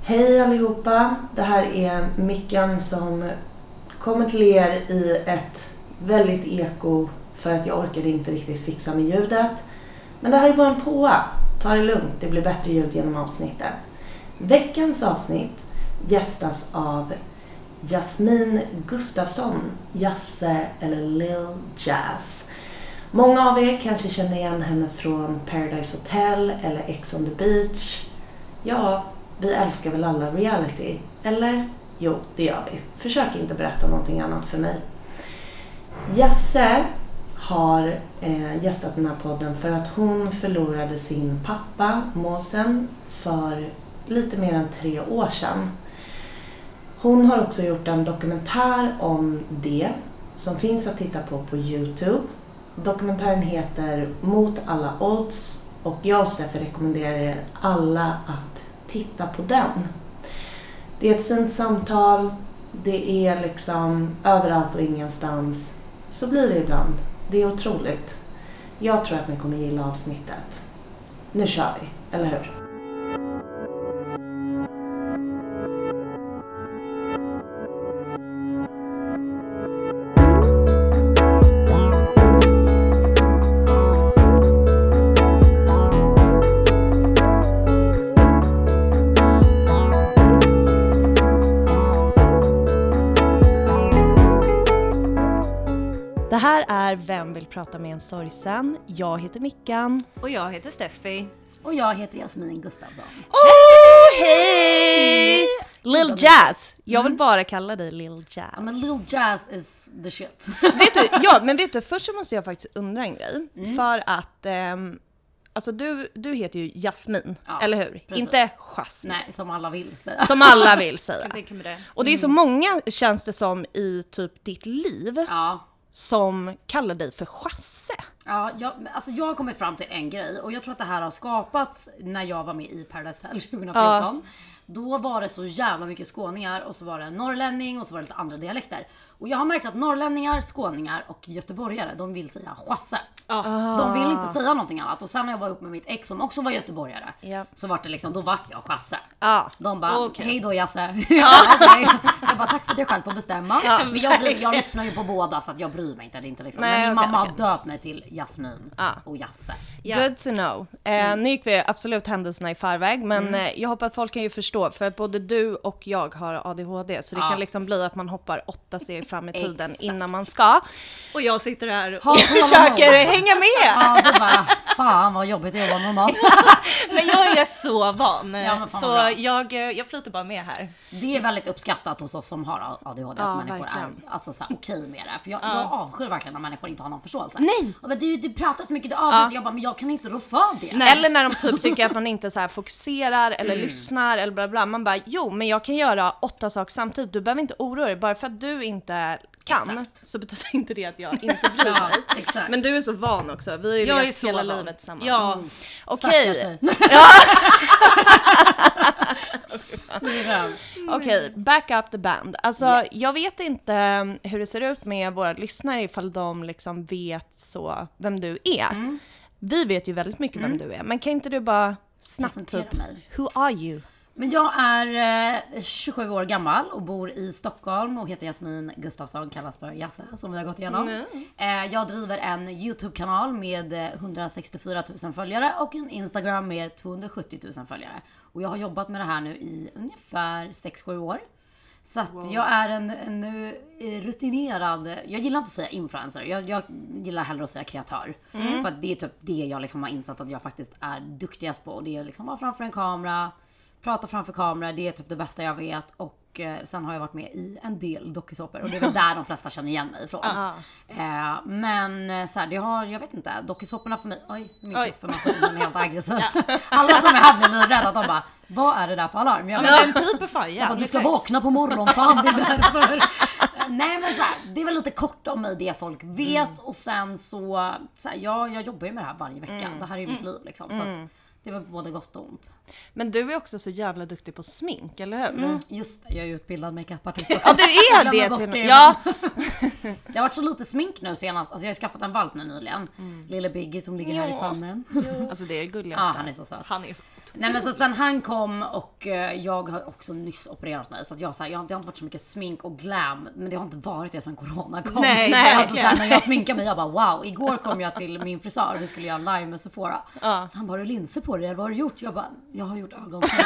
Hej allihopa, det här är Mickan som kommer till er i ett väldigt eko för att jag orkade inte riktigt fixa med ljudet. Men det här är bara en påa, ta det lugnt, det blir bättre ljud genom avsnittet. Veckans avsnitt gästas av Jasmine Gustafsson, Jasse eller Lil Jazz. Många av er kanske känner igen henne från Paradise Hotel eller Ex on the Beach. Ja, vi älskar väl alla reality, eller? Jo, det gör vi. Försök inte berätta någonting annat för mig. Jasse har gästat den här podden för att hon förlorade sin pappa, Måsen, för lite mer än 3 år sedan. Hon har också gjort en dokumentär om det som finns att titta på YouTube. Dokumentären heter Mot alla odds och jag och Steffi rekommenderar alla att titta på den. Det är ett fint samtal, det är liksom överallt och ingenstans. Så blir det ibland. Det är otroligt. Jag tror att ni kommer gilla avsnittet. Nu kör vi, eller hur? Det här är Vem vill prata med en sorgsen? Jag heter Mickan. Och jag heter Steffi. Och jag heter Jasmine Gustafsson. Hej! Lil Jazz. Jag vill bara kalla dig Lil Jazz. Ja, men Lil Jazz is the shit. vet du, först så måste jag faktiskt undra en grej. För att, alltså du heter ju Jasmine, eller hur? Precis. Inte Jasmine. Nej, som alla vill säga. Som alla vill säga. Jag tänker med det. Och det är så många, känns det som, i typ ditt liv. Ja. Som kallar dig för Jasse. Ja, jag har kommit fram till en grej. Och jag tror att det här har skapats när jag var med i Paradise Hotel 2014. Då var det så jävla mycket skåningar. Och så var det en norrlänning och så var det lite andra dialekter. Och jag har märkt att norrlänningar, skåningar och göteborgare, de vill säga Jasse. De vill inte säga någonting annat. Och sen när jag var upp med mitt ex som också var göteborgare, så var det liksom, då var jag Jasse. De bara, hej då Jasse. Jag bara, tack för att jag själv får bestämma. Men jag lyssnar ju på båda så att jag bryr mig inte. Det är inte liksom. Men min mamma har döpt mig till Jasmine och Jasse. Good to know. Nu gick vi absolut händelserna i förväg, men jag hoppas att folk kan ju förstå, för att både du och jag har ADHD, så det kan liksom bli att man hoppar 8 steg fram i tiden innan man ska. Och jag sitter här och försöker hänga med. Ja, det bara, fan vad jobbigt det var normalt. Men jag är så van. Så jag flyter bara med här. Det är väldigt uppskattat hos oss som har ADHD att människor verkligen. är alltså, så här, okej med det. För jag avskyr verkligen när människor inte har någon förståelse. Nej! Och bara, du pratar så mycket, du avbryter. Jag bara, men jag kan inte rå för det. Nej. Eller när de typ tycker att man inte så här fokuserar eller lyssnar eller bla bla. Man bara, jo men jag kan göra 8 saker samtidigt. Du behöver inte oroa dig. Bara för att du inte kan, så betyder inte det att jag inte bryr mig. Exakt. Men du är så van också. Vi har ju levt hela livet tillsammans. Ja. Okej. Okej, back up the band. Alltså, jag vet inte hur det ser ut med våra lyssnare ifall de liksom vet så vem du är. Vi vet ju väldigt mycket vem du är. Men kan inte du bara snabbt typ, who are you? Men jag är 27 år gammal och bor i Stockholm och heter Jasmine Gustafsson, kallas för Jasse, som vi har gått igenom. Jag driver en YouTube-kanal med 164 000 följare och en Instagram med 270 000 följare. Och jag har jobbat med det här nu i ungefär 6-7 år. Så att jag är en rutinerad, jag gillar inte att säga influencer, jag gillar hellre att säga kreatör. För att det är typ det jag liksom har insett att jag faktiskt är duktigast på. Det är liksom vara framför en kamera, prata framför kamera, det är typ det bästa jag vet. Och sen har jag varit med i en del dokusåpor och det är väl där de flesta känner igen mig ifrån. Men så här, det har, jag vet inte, dokusåporna för mig, min kaffe är helt aggressiv. Alla som är här blir livrädda, de bara, vad är det där för alarm? Jag bara, du ska vakna på morgonen, fan det är därför. Nej men så här, det är väl lite kort om mig det folk vet. Och sen så här, jag jobbar ju med det här varje vecka. Det här är ju mitt liv liksom, så att det var både gott och ont. Men du är också så jävla duktig på smink, eller hur? Just det, jag är utbildad makeupartist också. Ja, du är det till. Ja. Det har varit så lite smink nu senast. Alltså jag har skaffat en valp nu nyligen. Lille Biggie som ligger här i famnen. Alltså det är gulligast. Han är så söt. Han är så Nej men så sen han kom och jag har också nyss opererat mig så att jag det har inte varit så mycket smink och glam, men det har inte varit det sen corona kom. Nej, alltså sen när jag sminkar mig, jag bara wow, igår kom jag till min frisör, vi skulle göra live med Sephora. Så han bara, linser på dig, eller vad har du gjort? Jag bara, jag har gjort ögonsmink.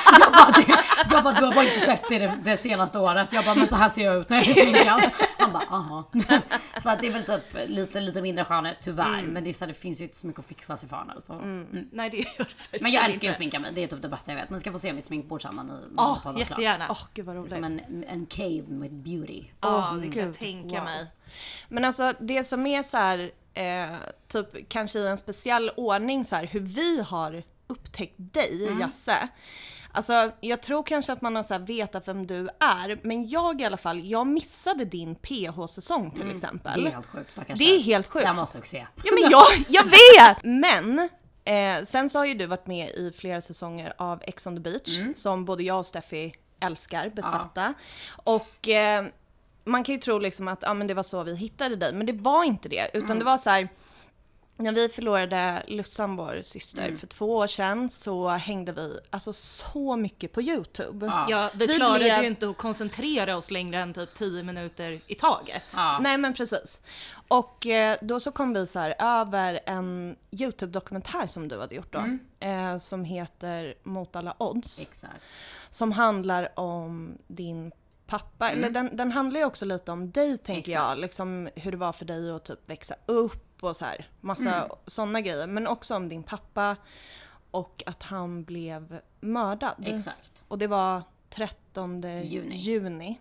jag bara, du har bara inte sett det senaste året. Jag bara, men så här ser jag ut när jag är sminkad. Han bara, aha. Så att det är väl typ lite mindre skönhet tyvärr, men det finns ju inte så mycket att fixa sig för nu så. Nej, det gör det. Men jag älskar ju att sminka mig, det är typ det bästa jag vet. Ni ska få se mitt sminkbord sen när jättegärna. Gud vad roligt. som en cave med beauty. Det kan jag tänka mig. Men alltså det som är så här, typ kanske i en speciell ordning så här, hur vi har upptäckt dig, Jasse. Alltså jag tror kanske att man har så här vetat vem du är, men jag i alla fall, jag missade din PH-säsong till exempel. Det är helt sjukt, stackars. Det är helt sjukt. Den var succé. Ja men jag vet! Men sen så har ju du varit med i flera säsonger av Ex on the Beach, som både jag och Steffi älskar, besatta. Och man kan ju tro liksom att men det var så vi hittade dig, men det var inte det, utan det var så här. När vi förlorade Lussan, vår syster, för 2 år sedan, så hängde vi alltså så mycket på YouTube. Ja, vi klarade ju inte att koncentrera oss längre än typ 10 minuter i taget. Nej men precis. Och då så kom vi så här över en YouTube-dokumentär som du hade gjort då. Som heter Mot alla odds. Exakt. Som handlar om din pappa. Eller den handlar ju också lite om dig, tänker jag. Liksom hur det var för dig att typ växa upp. Och så här, massa sådana grejer. Men också om din pappa och att han blev mördad. Exakt. Och det var 13 juni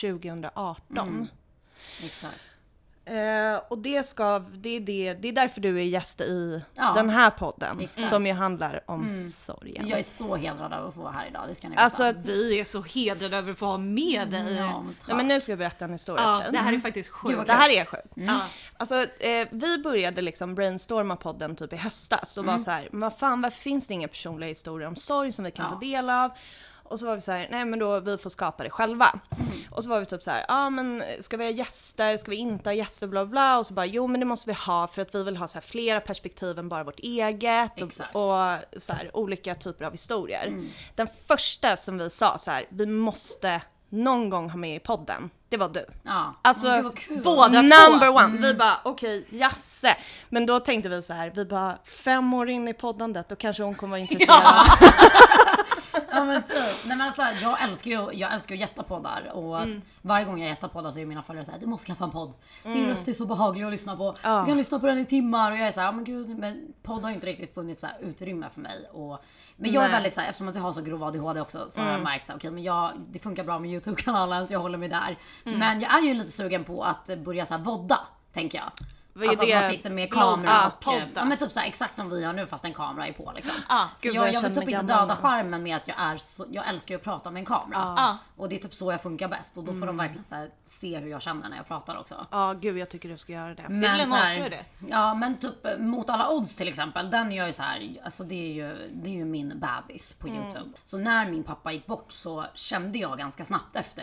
2018. Exakt. Och det är därför du är gäst i den här podden. Exakt. Som ju handlar om sorgen. Jag är så hedrad över att få vara här idag, det ska ni veta. Alltså, vi är så hedrade över att få ha med dig. Nej, men nu ska jag berätta en historia. Det här är faktiskt sjukt. Det här är sjukt. Alltså, vi började liksom brainstorma podden typ i höstas och var så här, men vad fan, varför finns det inga personliga historier om sorg som vi kan ta del av? Och så var vi så här, nej men då vi får skapa det själva. Och så var vi typ så här, men ska vi ha gäster, ska vi inte ha gäster, bla bla. Och så bara, jo men det måste vi ha för att vi vill ha så här flera perspektiv än bara vårt eget. Och så här, olika typer av historier. Den första som vi sa så här, vi måste någon gång ha med i podden, det var du. Alltså båda number one. Vi bara okej, Jasse. Men då tänkte vi så här, vi bara 5 år in i poddandet, då kanske hon kommer vara intresserad. Ja men typ. Nej men alltså, jag älskar ju att gästa poddar och varje gång jag gästar poddar så är mina följare såhär, du måste skaffa en podd. Din röst är så behaglig att lyssna på. Du kan lyssna på den i timmar och jag är såhär, men gud, men podd har ju inte riktigt funnits så här utrymme för mig och men jag är väldigt såhär, eftersom att jag har så grov ADHD också så har jag märkt såhär, okej, men det funkar bra med YouTube-kanalen så jag håller mig där. Men jag är ju lite sugen på att börja såhär vodda, tänker jag. Alltså att man sitter med kamera och ja, men typ så här, exakt som vi gör nu fast en kamera är på liksom. Jag vill typ inte döda skärmen med att jag älskar ju att prata med en kamera. Och det är typ så jag funkar bäst och då får de verkligen så här, se hur jag känner när jag pratar också. Gud, jag tycker du ska göra det. Men det är väl det. Ja, men typ Mot alla odds till exempel, den gör ju så här, alltså det är ju min bebis på YouTube. Så när min pappa gick bort så kände jag ganska snabbt efter,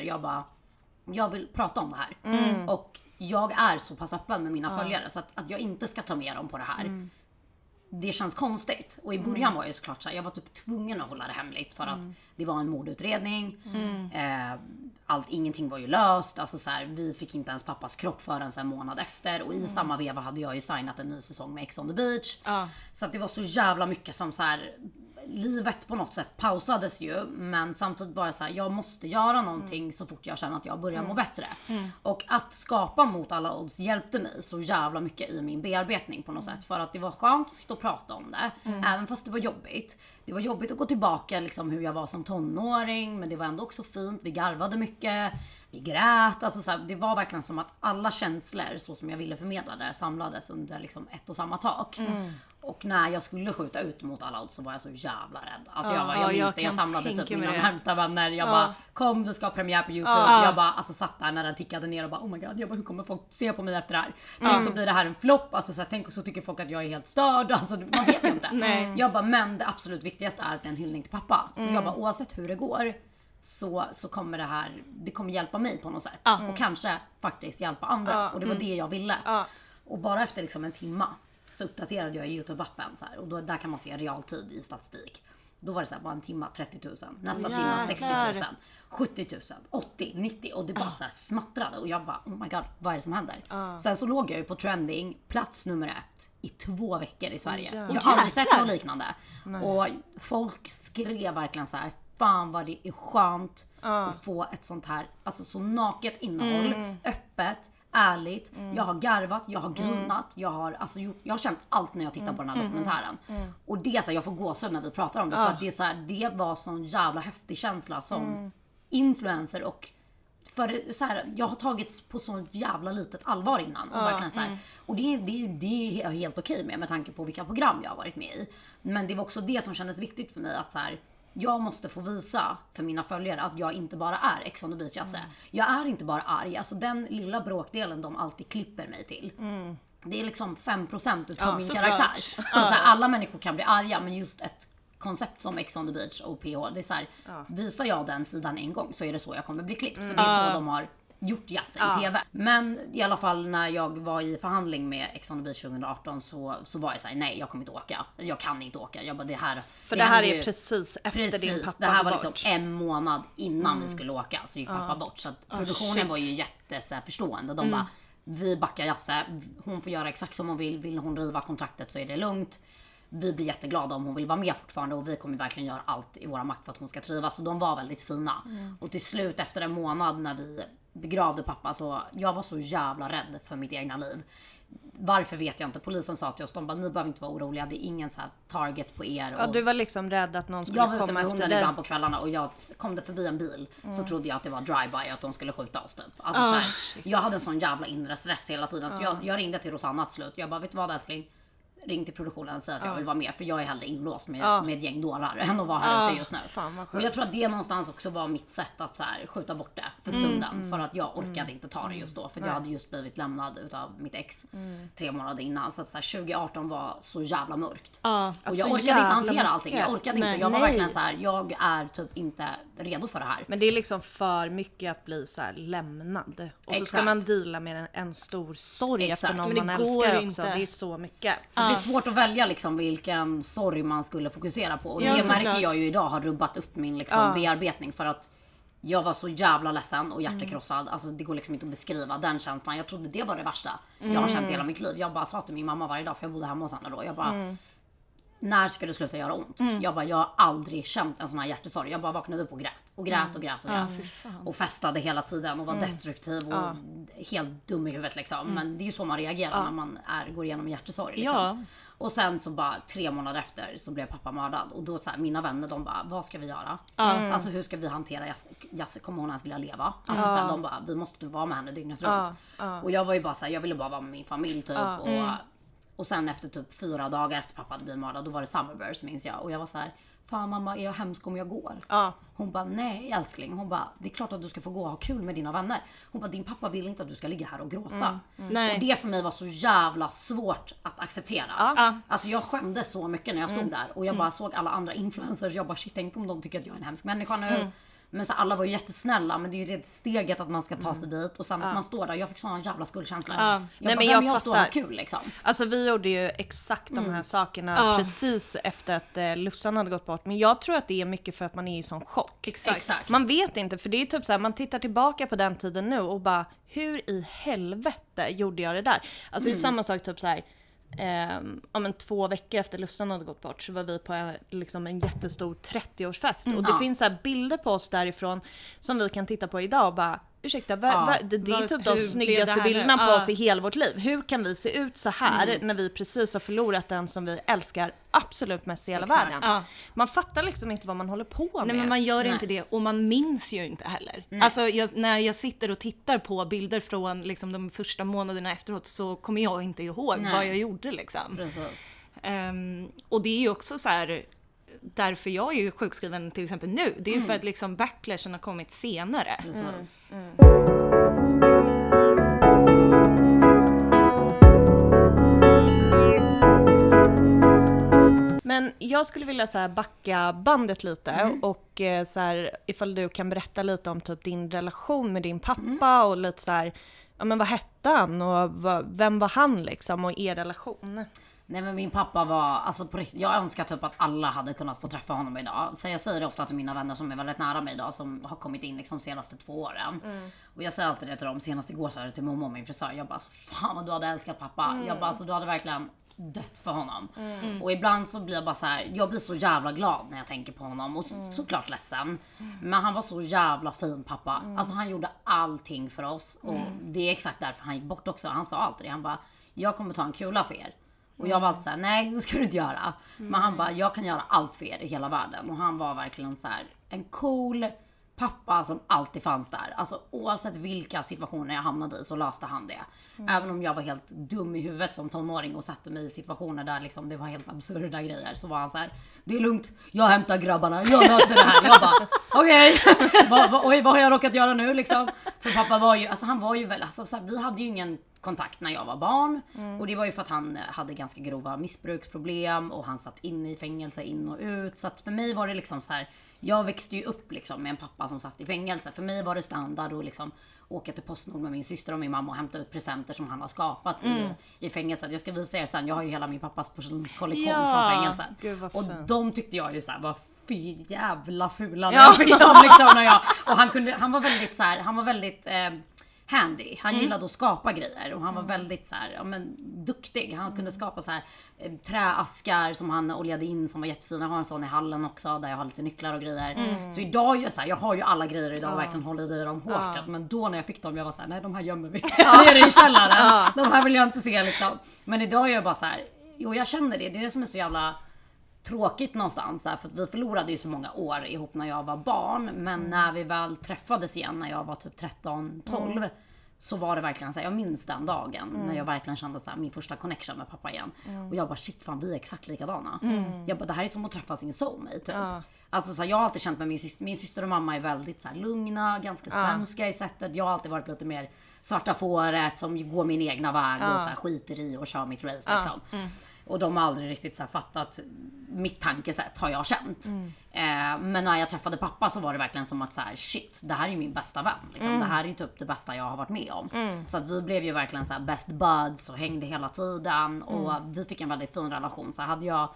jag vill prata om det här. Och jag är så pass öppen med mina följare så att jag inte ska ta med dem på det här. Det känns konstigt. Och i början var jag ju såklart så här, jag var typ tvungen att hålla det hemligt för att det var en mordutredning. Ingenting var ju löst. Alltså så här, vi fick inte ens pappas kropp förrän en månad efter. Och i samma veva hade jag ju signat en ny säsong med Ex on the Beach. Så att det var så jävla mycket som så här, livet på något sätt pausades ju, men samtidigt var jag så här, jag måste göra någonting så fort jag känner att jag börjar må bättre. Och att skapa Mot alla odds hjälpte mig så jävla mycket i min bearbetning på något sätt, för att det var skönt att sitta och prata om det, även fast det var jobbigt. Det var jobbigt att gå tillbaka liksom hur jag var som tonåring, men det var ändå också fint. Vi garvade mycket, vi grät, alltså så här, det var verkligen som att alla känslor så som jag ville förmedla det samlades under liksom ett och samma tak. Och när jag skulle skjuta ut Mot alla odds så var jag så jävla rädd. Alltså jag samlade typ mina närmsta vänner. Jag bara, kom, vi ska ha premiär på YouTube. Jag bara, alltså satt där när den tickade ner och bara, oh my god, jag bara, hur kommer folk se på mig efter det här? Tänk så blir det här en flopp. Alltså så här, tänk så tycker folk att jag är helt störd. Alltså man vet ju inte. Jag bara, men det absolut viktigaste är att det är en hyllning till pappa. Så jag bara, oavsett hur det går så kommer det kommer hjälpa mig på något sätt. Och kanske faktiskt hjälpa andra. Och det var det jag ville. Och bara efter liksom en timma så uppdaterade jag YouTube-appen så här, och där kan man se realtid i statistik. Då var det så här, bara en timma 30 000, nästa timma 60 000, 70 000, 80, 90 och det bara så här smattrade och jag bara oh my god, vad är det som händer? Sen så låg jag ju på trending plats nummer 1 i 2 veckor i Sverige. Jag har aldrig sett något liknande. Och folk skrev verkligen så här, fan vad det är skönt att få ett sånt här, alltså så naket innehåll, öppet, ärligt, jag har garvat, jag har grinat, jag har känt allt när jag tittar på den här dokumentären. Och det är så här, jag får gåshud när vi pratar om det, för att det är så här, det var sån jävla häftig känsla som influencer och för så här, jag har tagit på så jävla litet allvar innan och verkligen så här, och det är jag helt okej med tanke på vilka program jag har varit med i. Men det var också det som kändes viktigt för mig, att så här, jag måste få visa för mina följare att jag inte bara är Ex on the Beach Jasse. Jag är inte bara arg. Alltså den lilla bråkdelen de alltid klipper mig till. Det är liksom 5% utav min karaktär. Och så här, alla människor kan bli arga, men just ett koncept som Ex on the Beach och PH, det är så här, visar jag den sidan en gång så är det så jag kommer bli klippt. För det är så de har gjort Jasse i TV. Men i alla fall när jag var i förhandling med Ex on the Beach 2018 så var jag såhär, nej jag kommer inte åka. Jag kan inte åka. Jag bara, det här är precis efter din pappa det här var bort. liksom en månad innan vi skulle åka så gick pappa bort. Så att produktionen var ju jätteförstående. De bara, vi backar Jasse. Hon får göra exakt som hon vill. Vill hon riva kontraktet så är det lugnt. Vi blir jätteglada om hon vill vara med fortfarande och vi kommer verkligen göra allt i våra makt för att hon ska trivas. Så de var väldigt fina. Och till slut efter en månad när vi begravde pappa, så jag var så jävla rädd för mitt egna liv. Varför vet jag inte. Polisen sa till oss, de bara, ni behöver inte vara oroliga, det är ingen så här target på er. Ja, du var liksom rädd att någon skulle komma efter dig. Jag var ute med hunden ibland på kvällarna och jag kom det förbi en bil så trodde jag att det var drive-by, att de skulle skjuta oss typ. Alltså, så här, jag hade en sån jävla inre stress hela tiden. Så jag ringde till Rosanna till slut. Jag bara, vet du vad älskling? Ring till produktionen och säga att jag vill vara med, för jag är hellre inlåst med ett gäng dårar än att vara här ute just nu. Och jag tror att det någonstans också var mitt sätt att så här, skjuta bort det för stunden, för att jag orkade inte ta det just då, för jag hade just blivit lämnad utav mitt ex 3 månader innan, så att så här, 2018 var så jävla mörkt. Och alltså jag orkade inte hantera allting. Jag orkade inte. Jag var verkligen så här, jag är typ inte redo för det här. Men det är liksom för mycket att bli så här lämnad. Och så ska man deala med en stor sorg efter någon man älskar också. Det är så mycket. Det är svårt att välja liksom vilken sorg man skulle fokusera på. Och det märker jag ju idag har rubbat upp min liksom bearbetning, för att jag var så jävla ledsen och hjärtekrossad. Alltså det går liksom inte att beskriva den känslan. Jag trodde det var det värsta jag har känt hela mitt liv. Jag bara sa till min mamma varje dag, för jag bodde hemma hos henne då. Jag bara, när ska det sluta göra ont? Jag bara, jag har aldrig känt en sån här hjärtesorg. Jag bara vaknade upp och grät. Och grät och grät och grät. Och festade hela tiden och var destruktiv och helt dum i huvudet liksom. Men det är ju så man reagerar när man går igenom hjärtesorg liksom. Och sen så bara 3 månader efter så blev pappa mördad. Och då så här, mina vänner, de bara, vad ska vi göra? Alltså hur ska vi hantera Jasse? Kommer hon ens vilja leva? Alltså så här, de bara, vi måste typ vara med henne dygnet runt. Och jag var ju bara så här, jag ville bara vara med min familj typ. Och sen efter typ 4 dagar efter pappa hade blivit mördad, då var det Summerburst minns jag. Och jag var så här, fan mamma, är jag hemsk om jag går? Hon bara, nej älskling. Hon bara, det är klart att du ska få gå och ha kul med dina vänner. Hon bara, din pappa vill inte att du ska ligga här och gråta. Och det för mig var så jävla svårt att acceptera. Alltså jag skämdes så mycket när jag stod där. Och jag bara såg alla andra influencers. Jag bara, shit, tänk om de tycker att jag är en hemsk människa nu. Men så alla var ju jättesnälla, men det är ju det steget att man ska ta sig dit och sen att man står där. Jag fick sån jävla skuldkänsla. Jag står här kul liksom. Alltså vi gjorde ju exakt de här sakerna precis efter att Lussan hade gått bort. Men jag tror att det är mycket för att man är i sån chock. Exakt. Man vet inte, för det är typ så här, man tittar tillbaka på den tiden nu och bara, hur i helvete gjorde jag det där? Alltså det är samma sak typ så här. 2 veckor efter Lussan hade gått bort så var vi på liksom en jättestor 30-årsfest och det finns så här bilder på oss därifrån som vi kan titta på idag och bara, ursäkta, det är typ de snyggaste bilderna på oss i hela vårt liv. Hur kan vi se ut så här när vi precis har förlorat den som vi älskar absolut mest i hela världen? Man fattar liksom inte vad man håller på med. Nej, men man gör inte det, och man minns ju inte heller. Alltså när jag sitter och tittar på bilder från liksom de första månaderna efteråt så kommer jag inte ihåg vad jag gjorde liksom. Precis. Och det är ju också så här, därför jag är ju sjukskriven till exempel nu. Det är ju för att liksom backlashen har kommit senare. Precis. Men jag skulle vilja så här backa bandet lite och så här, ifall du kan berätta lite om typ din relation med din pappa och lite så här, ja men vad hette han och vem var han liksom och er relation? Nej men min pappa var, alltså på riktigt, jag önskar typ att alla hade kunnat få träffa honom idag. Så jag säger det ofta till mina vänner som är väldigt nära mig idag, som har kommit in liksom senaste 2 åren. Och jag säger alltid det till dem, senast igår sa jag det till mamma och min frisör. Jag bara, alltså, fan vad du hade älskat pappa. Jag bara, alltså du hade verkligen dött för honom. Och ibland så blir jag bara så här, jag blir så jävla glad när jag tänker på honom. Och såklart ledsen. Men han var så jävla fin pappa. Alltså han gjorde allting för oss. Och det är exakt därför han gick bort också. Han sa alltid det, han bara, jag kommer ta en kula för er. Och jag var alltid såhär, nej det ska du inte göra. Men han bara, jag kan göra allt för er i hela världen. Och han var verkligen så här en cool pappa som alltid fanns där. Alltså oavsett vilka situationer jag hamnade i så löste han det. Även om jag var helt dum i huvudet som tonåring och satte mig i situationer där liksom det var helt absurda grejer, så var han så här: det är lugnt, jag hämtar grabbarna, jag löser det här. Jag bara, okej, vad har jag råkat göra nu liksom? För pappa var ju, alltså han var ju väl, alltså så här, vi hade ju ingen kontakt när jag var barn. Och det var ju för att han hade ganska grova missbruksproblem och han satt inne i fängelse in och ut. Så att för mig var det liksom så här, jag växte ju upp liksom med en pappa som satt i fängelse. För mig var det standard att liksom åka till Postnord med min syster och min mamma och hämta ut presenter som han har skapat i fängelset. Jag ska visa er sen, jag har ju hela min pappas porslinskollektion från fängelset. Och de tyckte jag ju så här, var fy jävla fula när jag fick dem liksom, när jag, och han var väldigt så här, han var väldigt handy. Han gillade att skapa grejer och han var väldigt så här, ja, men duktig. Han kunde skapa så här träaskar som han oljade in som var jättefina. Jag har en sån i hallen också där jag har lite nycklar och grejer. Så idag är så här, jag har ju alla grejer idag och verkligen håller i dem hårt. Men då när jag fick dem, jag var så här, nej de här gömmer vi nere i källaren. De här vill jag inte se liksom. Men idag är jag bara så här, jo jag känner det. Det är det som är så jävla tråkigt någonstans här, för att vi förlorade ju så många år ihop när jag var barn, men när vi väl träffades igen när jag var typ 13-12 så var det verkligen så här, jag minns den dagen när jag verkligen kände så här, min första connection med pappa igen. Och jag bara, shit fan, vi är exakt likadana. Jag bara, det här är som att träffa sin soulmate typ. Alltså så här, jag har alltid känt med min syster och mamma är väldigt så här lugna, ganska svenska i sättet. Jag har alltid varit lite mer svarta fåret som går min egna väg och så här, skiter i och kör mitt race liksom. Och de har aldrig riktigt så här fattat mitt tankesätt, har jag känt. Men när jag träffade pappa så var det verkligen som att så här, shit, det här är ju min bästa vän liksom. Det här är ju typ det bästa jag har varit med om. Så att vi blev ju verkligen så här best buds och hängde hela tiden. Och vi fick en väldigt fin relation. Så hade jag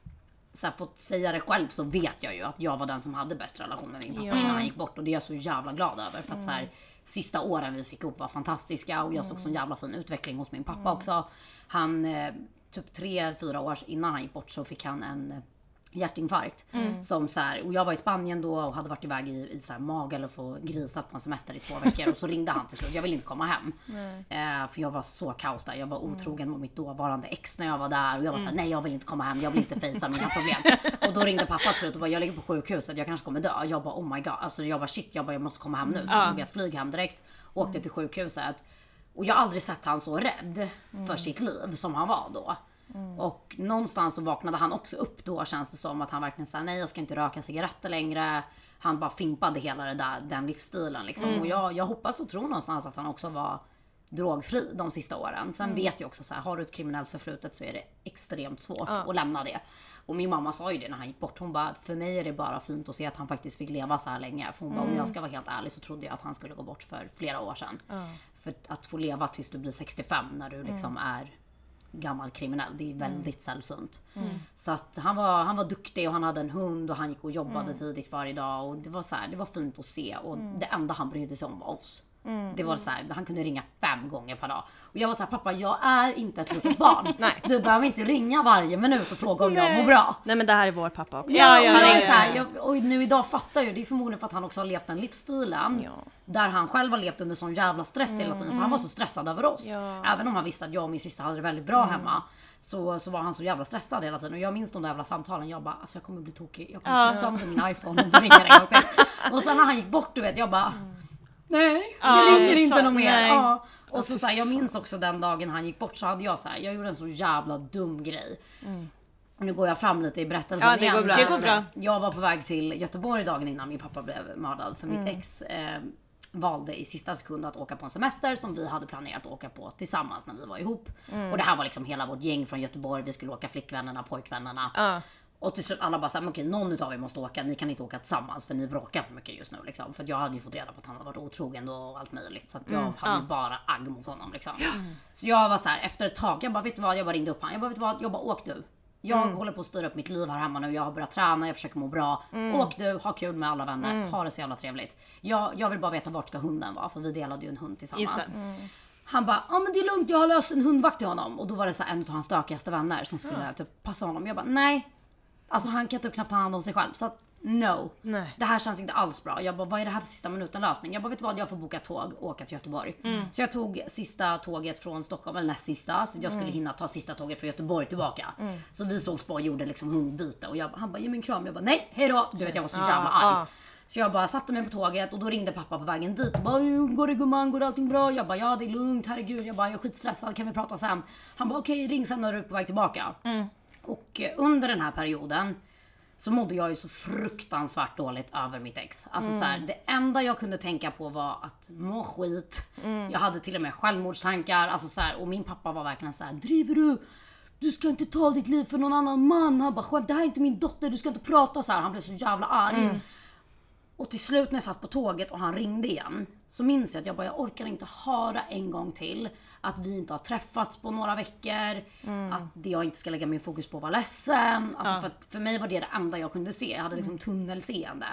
så här fått säga det själv så vet jag ju att jag var den som hade bäst relation med min pappa innan han gick bort. Och det är jag så jävla glad över. För att så här, sista åren vi fick ihop var fantastiska. Och jag såg så jävla fin utveckling hos min pappa också. Han typ 3-4 år innan han gick bort så fick han en hjärtinfarkt. Som så här, och jag var i Spanien då och hade varit iväg i så här magel och få grisat på en semester i 2 veckor. Och så ringde han till slut, jag ville inte komma hem. För jag var så kaos där. Jag var otrogen mot mitt dåvarande ex när jag var där. Och jag var så här, nej jag vill inte komma hem, jag vill inte fejsa mina problem. Och då ringde pappa till slut och bara, jag ligger på sjukhuset, jag kanske kommer dö. Jag bara, oh my god, alltså jag bara shit, jag måste komma hem nu. Så tog jag ett flyg hem direkt, åkte till sjukhuset. Och jag har aldrig sett han så rädd för sitt liv som han var då. Och någonstans så vaknade han också upp då, känns det som att han verkligen sa nej, jag ska inte röka cigaretter längre. Han bara fimpade hela den livsstilen liksom. Och jag hoppas och tror någonstans att han också var drogfri de sista åren. Sen vet jag också så här, har du ett kriminellt förflutet så är det extremt svårt att lämna det. Och min mamma sa ju det när han gick bort. Hon bara, för mig är det bara fint att se att han faktiskt fick leva så här länge. För hon bara, om jag ska vara helt ärlig så trodde jag att han skulle gå bort för flera år sedan. För att få leva tills du blir 65 när du liksom är gammal kriminell, det är väldigt sällsynt. Så att han var duktig och han hade en hund och han gick och jobbade tidigt varje dag och det var så här, det var fint att se och det enda han brydde sig om var oss. Det var så här, han kunde ringa 5 gånger per dag. Och jag var så här, pappa, jag är inte ett litet barn. Du behöver inte ringa varje minut och fråga om jag mår bra. Nej men det här är vår pappa också. Och nu idag fattar jag, det är förmodligen för att han också har levt den livsstilen. Där han själv har levt under sån jävla stress hela tiden. Så han var så stressad över oss. Även om han visste att jag och min syster hade det väldigt bra hemma. Så var han så jävla stressad hela tiden. Och jag minns de där jävla samtalen. Jag bara, alltså jag kommer bli tokig. Jag kommer slå sönder min iPhone om du ringer en gång till. Och sen när han gick bort, du vet, jag bara nej, det ringer inte någon mer. Och så här, jag minns också den dagen han gick bort så hade jag så här, jag gjorde en så jävla dum grej. Nu går jag fram lite i berättelsen igen. Det går bra. Jag var på väg till Göteborg dagen innan min pappa blev mördad. För mitt ex valde i sista sekund att åka på en semester som vi hade planerat att åka på tillsammans när vi var ihop. Och det här var liksom hela vårt gäng från Göteborg. Vi skulle åka flickvännerna, pojkvännerna. Och till slut alla bara såhär, okej, någon utav er måste åka, ni kan inte åka tillsammans för ni bråkar för mycket just nu liksom. För jag hade ju fått reda på att han hade varit otrogen och allt möjligt. Så att jag hade ju bara agg mot honom liksom. Så jag var så här, efter ett tag, jag bara vet du vad, jag bara ringde upp han. Jag bara åk du. Jag håller på att styra upp mitt liv här hemma nu, jag har börjat träna, jag försöker må bra. Åk du, ha kul med alla vänner, ha det så jävla trevligt. Jag vill bara veta vart ska hunden vara, för vi delade ju en hund tillsammans. Han bara, ja men det är lugnt, jag har löst en hundvakt till honom. Och då var det så här, en av hans stökigaste vänner som skulle typ passa honom. Jag bara, nej. Alltså han kan typ knappt ta hand om sig själv. Så att, no. Nej. Det här känns inte alls bra. Jag bara, vad är det här för sista minuten lösning? Jag bara, vet du vad, jag får boka tåg och åka till Göteborg. Så jag tog sista tåget från Stockholm, eller näst sista. Så jag skulle hinna ta sista tåget från Göteborg tillbaka. Så vi sågs på och gjorde liksom hundbyte. Och han bara, ge mig en kram. Jag bara, nej, hejdå. Du vet, jag var så jävla arg. Så jag bara satte mig på tåget och då ringde pappa på vägen dit och bara, går det gumman, går allting bra? Jag bara, ja det är lugnt, herregud. Jag bara, jag är skitstressad, kan vi prata sen? Han bara, okej, ring sen när du är på väg tillbaka. Och under den här perioden så mådde jag ju så fruktansvärt dåligt över mitt ex. Alltså så här, det enda jag kunde tänka på var att må skit. Jag hade till och med självmordstankar. Alltså så här, och min pappa var verkligen så här, driver du? Du ska inte ta ditt liv för någon annan man. Han bara, det här är inte min dotter, du ska inte prata så här. Han blev så jävla arg. Och till slut när jag satt på tåget och han ringde igen, så minns jag att jag orkar inte höra en gång till att vi inte har träffats på några veckor, att jag inte ska lägga min fokus på att vara ledsen. Alltså för mig var det enda jag kunde se. Jag hade liksom tunnelseende.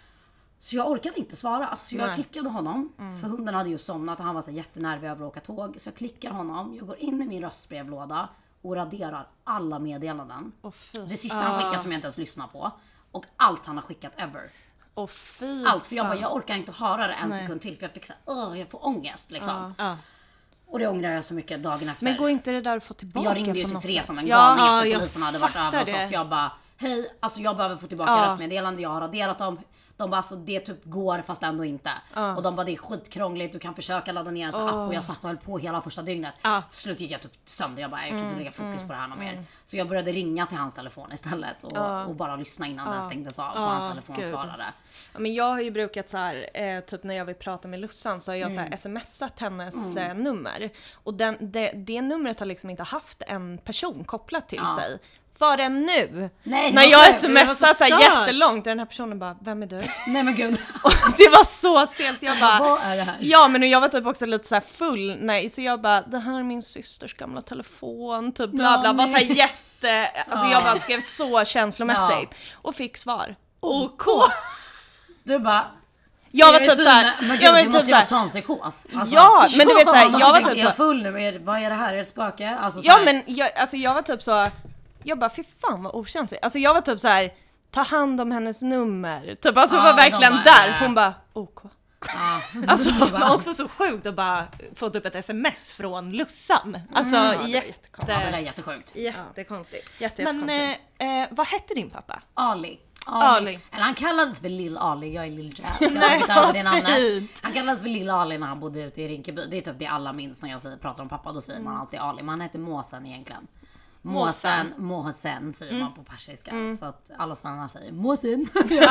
Så jag orkade inte svara. Så jag klickade honom. För hunden hade ju somnat och han var så jättenervig över att åka tåg. Så jag klickar honom. Jag går in i min röstbrevlåda och raderar alla meddelanden. Det sista han skickar som jag inte ens lyssnar på. Och allt han har skickat ever. Allt, för jag orkar inte höra det en sekund till. För jag fick jag får ångest liksom. Och det ångrar jag så mycket dagen efter. Men går inte det där att få tillbaka? Jag ringde ju till Therese som en galning efter polisen hade varit över hos oss. Jag bara, hej, alltså jag behöver få tillbaka röstmeddelande. Jag har raderat dem. De bara, alltså det typ går fast ändå inte. Och de bara, det är skitkrångligt. Du kan försöka ladda ner en sån app. Och jag satt och höll på hela första dygnet. Till slut gick jag typ sönder. Jag bara, jag kan inte lägga fokus på det här något mer. Så jag började ringa till hans telefon istället. Och bara lyssna innan den stängdes av. Och hans telefon svarade. Ja, men jag har ju brukat så här, typ när jag vill prata med Lussan så har jag så här smsat hennes nummer. Och det numret har liksom inte haft en person kopplat till sig. Förrän nu, när jag smsar så här jättelångt, den här personen bara, vem är du? Nej men gud. Och det var så stelt, jag bara, vad är det här? Ja men jag var typ också lite så här full, så jag bara, det här är min systers gamla telefon, typ bla bla, bara så här alltså jag bara skrev så känslomässigt och fick svar, OK. Du bara, jag var typ såhär, jag var typ såhär sånpsykos. Alltså, ja, men du vet såhär, jag var typ jag är full nu, vad är det här, är det ett spöke? Alltså, ja men jag var typ så, jag bara, fy fan vad okänslig. Alltså jag var typ så här, ta hand om hennes nummer. Typ alltså var verkligen där. Hon bara, OK. Alltså men också så sjukt att bara få typ ett sms från Lussan. Alltså det där är jättesjukt. Jättekonstigt. Men vad hette din pappa? Ali. Ali. Eller han kallades för Lill Ali, jag är Lill Jazz. Han kallades för Lill Ali när han bodde ute i Rinkeby. Det är typ det alla minns när jag pratar om pappa, då säger man alltid Ali. Men han heter Måsen egentligen. Mohsen säger man på persiska. Så att alla svennar säger Måsen.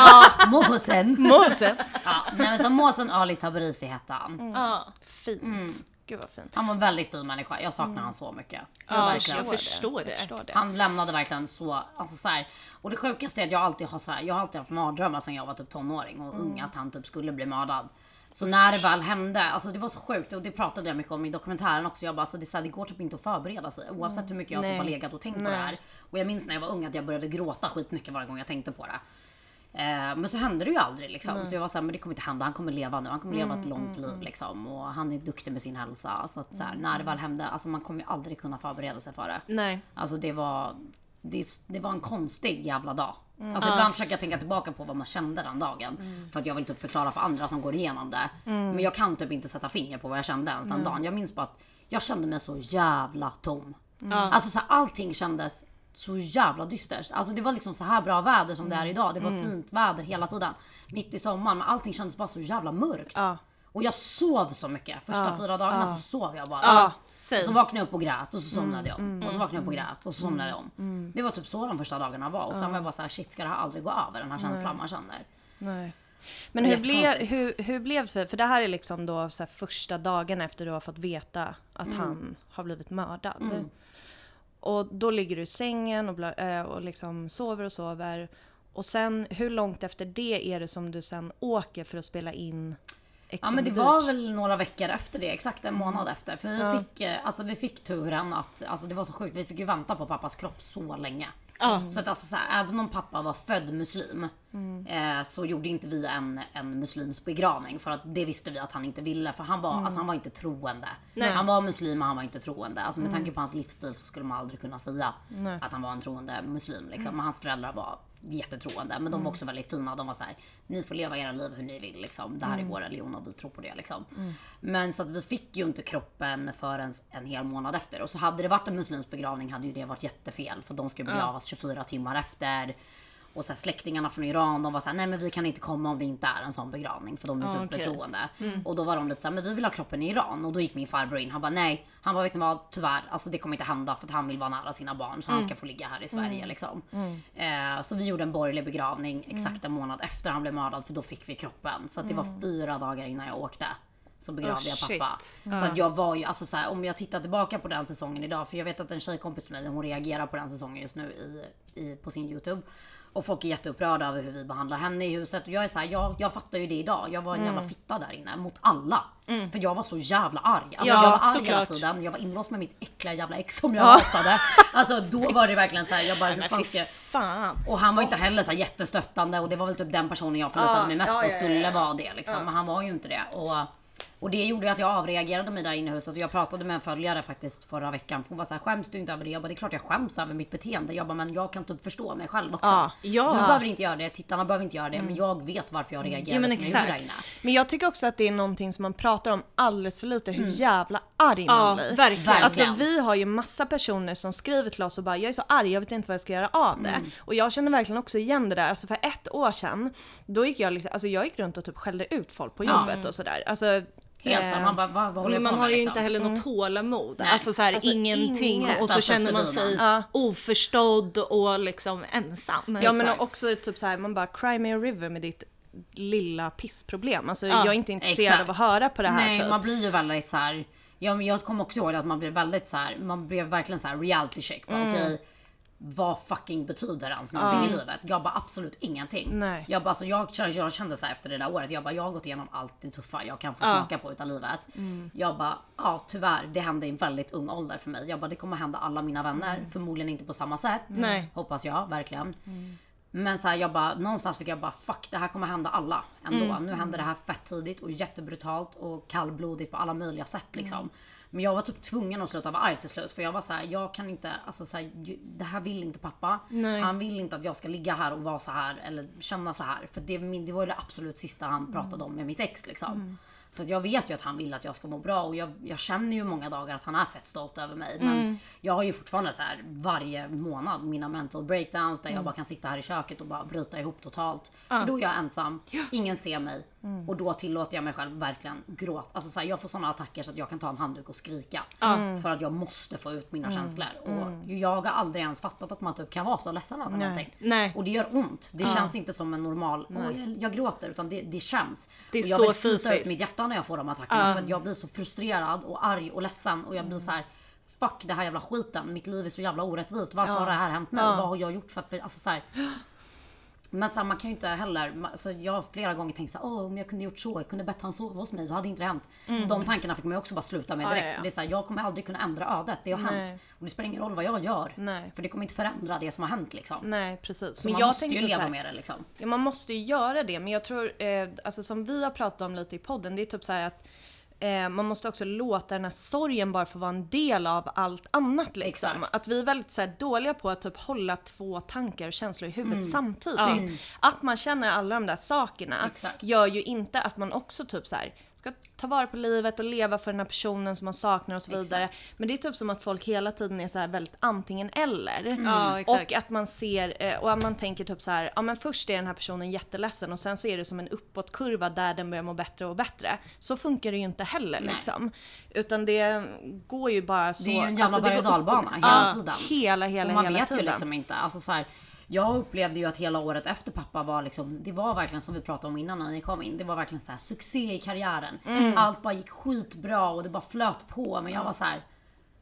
Måsen. Ja, men så Måsen Ali Tabrizi hette han. Fint. Gud vad fint. Han var en väldigt fin människa. Jag saknar han så mycket. Jag förstår det. Han lämnade verkligen så, alltså så här. Och det sjukaste är att jag har alltid haft mardrömmar sedan jag var typ tonåring och ung, att han typ skulle bli mördad. Så när det väl hände, alltså det var så sjukt, och det pratade jag mycket om i dokumentären också. Jag bara, alltså det går typ inte att förbereda sig oavsett hur mycket jag typ har legat och tänkt på det här. Och jag minns när jag var ung att jag började gråta skitmycket varje gång jag tänkte på det. Men så hände det ju aldrig liksom. Så jag var såhär, men det kommer inte hända, han kommer leva nu. Han kommer leva ett långt liv liksom. Och han är duktig med sin hälsa. Så att så här, när det väl hände, alltså man kommer ju aldrig kunna förbereda sig för det. Nej. Alltså det var en konstig jävla dag. Alltså ibland försöker jag tänka tillbaka på vad man kände den dagen. För att jag vill typ förklara för andra som går igenom det. Men jag kan typ inte sätta finger på vad jag kände ens den dagen. Jag minns bara att jag kände mig så jävla tom. Alltså så här, allting kändes så jävla dystert. Alltså det var liksom så här bra väder som det är idag. Det var fint väder hela tiden. Mitt i sommaren. Men allting kändes bara så jävla mörkt. Och jag sov så mycket. Första 4 dagarna så sov jag bara. Och så vaknade jag upp och grät. Och så somnade jag om. Och så vaknade jag upp och grät. Och så somnade jag om. Det var typ så de första dagarna var. Och sen var jag bara så här, shit, ska det här aldrig gå över? Den här känslan man känner. Nej. Men hur blev det? För det här är liksom då så här första dagen efter du har fått veta att han har blivit mördad. Och då ligger du i sängen och liksom sover. Och sen, hur långt efter det är det som du sen åker för att spela in Ex on men the det Beach? var väl några veckor efter det, exakt en månad efter. För vi fick turen att, alltså det var så sjukt, vi fick ju vänta på pappas kropp så länge. Så att alltså så här, även om pappa var född muslim så gjorde inte vi en muslims begravning, för att det visste vi att han inte ville, för han var, alltså han var inte troende. Han var muslim men han var inte troende. Alltså med tanke på hans livsstil så skulle man aldrig kunna säga att han var en troende muslim liksom. Men hans föräldrar var jättetroende, men de var också väldigt fina. De var så här: ni får leva era liv hur ni vill liksom. Det här är vår religion och vi tror på det liksom. Men så att vi fick ju inte kroppen förrän en hel månad efter. Och så hade det varit en muslims begravning hade ju det varit jättefel, för de skulle begravas 24 timmar efter. Och så här, släktingarna från Iran, de var så här: nej men vi kan inte komma om det inte är en sån begravning, för de är supertroende. Och då var de lite så här: men vi vill ha kroppen i Iran. Och då gick min farbror in, han bara nej, han bara vet ni vad, tyvärr, alltså det kommer inte hända, för att han vill vara nära sina barn, så han ska få ligga här i Sverige liksom. Så vi gjorde en borgerlig begravning exakt en månad efter han blev mördad, för då fick vi kroppen. Så att det var 4 dagar innan jag åkte så begravde jag pappa. Så att jag var ju, alltså så här, om jag tittar tillbaka på den säsongen idag, för jag vet att en tjejkompis med mig, hon reagerar på den säsongen just nu på sin YouTube. Och folk är jätteupprörda över hur vi behandlar henne i huset. Och jag är så här, jag fattar ju det idag. Jag var en jävla fitta där inne mot alla. För jag var så jävla arg. Alltså jag var arg hela tiden. Jag var inlåst med mitt äckliga jävla ex som jag hatade. Alltså då var det verkligen så här, jag bara, fan. Och han var inte heller så här jättestöttande. Och det var väl typ den personen jag förlitade mig mest på skulle vara det liksom. Men han var ju inte det. Och det gjorde att jag avreagerade mig där inne i huset. Och jag pratade med en följare faktiskt förra veckan. Hon var så här: skäms du inte över det? Jag bara, det är klart jag skäms över mitt beteende. Jag bara, men jag kan typ förstå mig själv också. Du behöver inte göra det, tittarna behöver inte göra det. Men jag vet varför jag reagerade som jag gjorde där inne. Men jag tycker också att det är någonting som man pratar om alldeles för lite. Hur jävla arg man blir. Verkligen. Alltså vi har ju massa personer som skriver till oss och bara, jag är så arg, jag vet inte vad jag ska göra av det. Och jag känner verkligen också igen det där. Alltså för 1 år sedan, då gick jag liksom, alltså jag gick runt och typ skällde ut folk på jobbet och sådär. Alltså helt så man bara, vad håller men jag på man har med, ju liksom? inte heller något tålamod. Nej. Alltså så här, Alltså, ingenting. inget. Och så känner man sig Ja. oförstådd och liksom ensam. Ja men också typ så här, man bara, cry me a river med ditt lilla pissproblem. Alltså jag är inte intresserad av att höra på det här. Nej, typ. man blir ju väldigt så här. Jag kommer också ihåg att man blev väldigt så här, man blev verkligen så här reality check. Okej, vad fucking betyder ens någonting i livet? Jag bara absolut ingenting. Nej. Jag bara, alltså, jag kände så här efter det där året. Jag bara, jag har gått igenom allt det tuffa jag kan få smaka på utav livet. Jag bara, ja tyvärr, det hände i en väldigt ung ålder för mig. Jag bara, det kommer hända alla mina vänner. Förmodligen inte på samma sätt. Nej. Hoppas jag, verkligen. Men så här, jag bara, någonstans fick jag bara, fuck, det här kommer hända alla ändå. Nu händer det här fett tidigt och jättebrutalt och kallblodigt på alla möjliga sätt liksom. Men jag var typ tvungen att sluta vara arg till slut. För jag var så här, jag kan inte, alltså så här, det här vill inte pappa. Nej. Han vill inte att jag ska ligga här och vara så här eller känna så här. För det var ju det absolut sista han pratade om med mitt ex liksom. Så att jag vet ju att han vill att jag ska må bra. Och jag känner ju många dagar att han är fett stolt över mig. Men jag har ju fortfarande så här varje månad mina mental breakdowns. Där jag bara kan sitta här i köket och bara bryta ihop totalt. För då är jag ensam, ingen ser mig. Och då tillåter jag mig själv verkligen gråta. Alltså så här, jag får såna attacker så att jag kan ta en handduk och skrika. För att jag måste få ut mina känslor. Och jag har aldrig ens fattat att man typ kan vara så ledsen över någonting. Nej. Och det gör ont. Det känns inte som en normal, jag gråter, utan det känns. Det är och jag så vill slita ut fysiskt. mitt hjärta när jag får de attackerna. För att jag blir så frustrerad och arg och ledsen. Och jag blir så här: fuck det här jävla skiten. Mitt liv är så jävla orättvist. Varför har det här hänt mig? Vad har jag gjort för att, alltså så här. Men så här, man kan ju inte heller, alltså jag har flera gånger tänkt så här, om jag kunde gjort så, jag kunde bett han sova hos mig så hade inte det hänt. De tankarna fick man också bara sluta med direkt. För det är så här, jag kommer aldrig kunna ändra ödet, det har hänt. Och det spelar ingen roll vad jag gör. Nej. För det kommer inte förändra det som har hänt liksom. Nej precis. Så Men man jag måste tänkte ju leva här, med det liksom. ja, man måste ju göra det. Men jag tror, alltså som vi har pratat om lite i podden, det är typ så här att man måste också låta den här sorgen bara få vara en del av allt annat liksom. Exakt. Att vi är väldigt så här, dåliga på att typ hålla 2 tankar och känslor i huvudet samtidigt. Att man känner alla de där sakerna Exakt. gör ju inte att man också typ så här ska ta vara på livet och leva för den här personen som man saknar och så vidare. Men det är typ som att folk hela tiden är så här väldigt antingen eller. Ja, exakt. Och att man ser, och att man tänker typ så här, ja men först är den här personen jätteledsen och sen så är det som en uppåtkurva där den börjar må bättre och bättre. Så funkar det ju inte heller liksom. Utan det går ju bara så. Det är ju en jävla det går berg- och dalbana upp- hela tiden. Hela Och man vet tiden. ju liksom inte, alltså så här, jag upplevde ju att hela året efter pappa var liksom, det var verkligen som vi pratade om innan när ni kom in. Det var verkligen så här succé i karriären. Allt bara gick skitbra och det bara flöt på. Men jag var så här,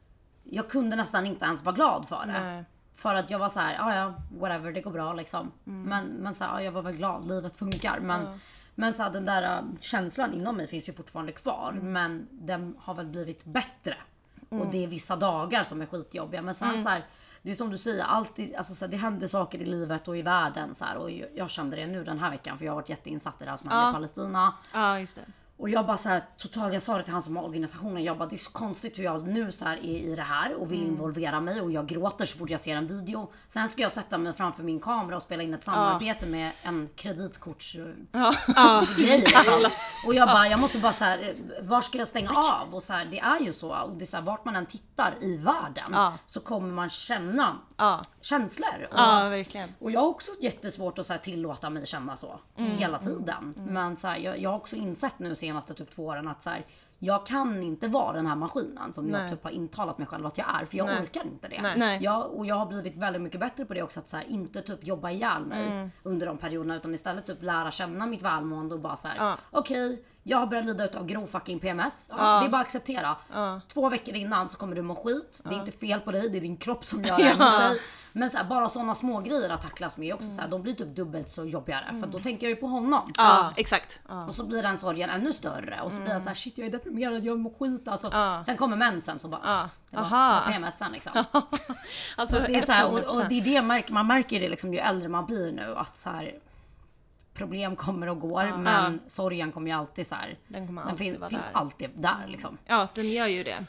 jag kunde nästan inte ens vara glad för det. Nej. För att jag var så här, ja whatever, det går bra liksom. Men så här, jag var väl glad, livet funkar. Men så här, den där känslan inom mig finns ju fortfarande kvar. Men den har väl blivit bättre. Och det är vissa dagar som är skitjobbiga. Men sen så här, det är som du säger, alltid, alltså så här, det händer saker i livet och i världen så här, och jag kände det nu den här veckan, för jag har varit jätteinsatt i det här som händer i Palestina. Ja, just det. Och jag bara så här, totalt, jag sa det till han som har organisationen, jag bara, det är så konstigt hur jag nu så här är i det här och vill involvera mig, och jag gråter så fort jag ser en video. Sen ska jag sätta mig framför min kamera och spela in ett samarbete med en kreditkortsgrej liksom. Och jag bara, jag måste bara så här, var ska jag stänga av? Och så här, det är ju så, och det är så här, vart man än tittar i världen så kommer man känna känslor. Ja, verkligen. Och jag har också jättesvårt att så här, tillåta mig känna så hela tiden. Men så här, jag har också insett nu senaste typ 2 åren att så här, jag kan inte vara den här maskinen som jag typ har intalat mig själv att jag är, för jag orkar inte det. Nej. Jag har blivit väldigt mycket bättre på det också, att så här, inte typ jobba ihjäl mig under de perioderna, utan istället typ lära känna mitt välmående och bara så här, okej, jag har börjat lida av grov fucking PMS. Det är bara att acceptera. 2 veckor innan så kommer du må skit. Det är inte fel på dig, det är din kropp som gör det mot dig. Men så här, bara sådana små grejer att tacklas med också så här, de blir typ dubbelt så jobbigare. För då tänker jag ju på honom. Ja, exakt. Och så blir den sorgen ännu större. Och så blir jag så här, shit, jag är deprimerad, jag mår skit alltså. Sen kommer mensen så bara, det var PMSen liksom. Alltså, Så det är så här, och det är det man märker det liksom, ju äldre man blir nu, att så här, problem kommer och går, men sorgen kommer ju alltid så här, Den kommer alltid vara finns där. alltid där liksom. Ja, den gör ju det.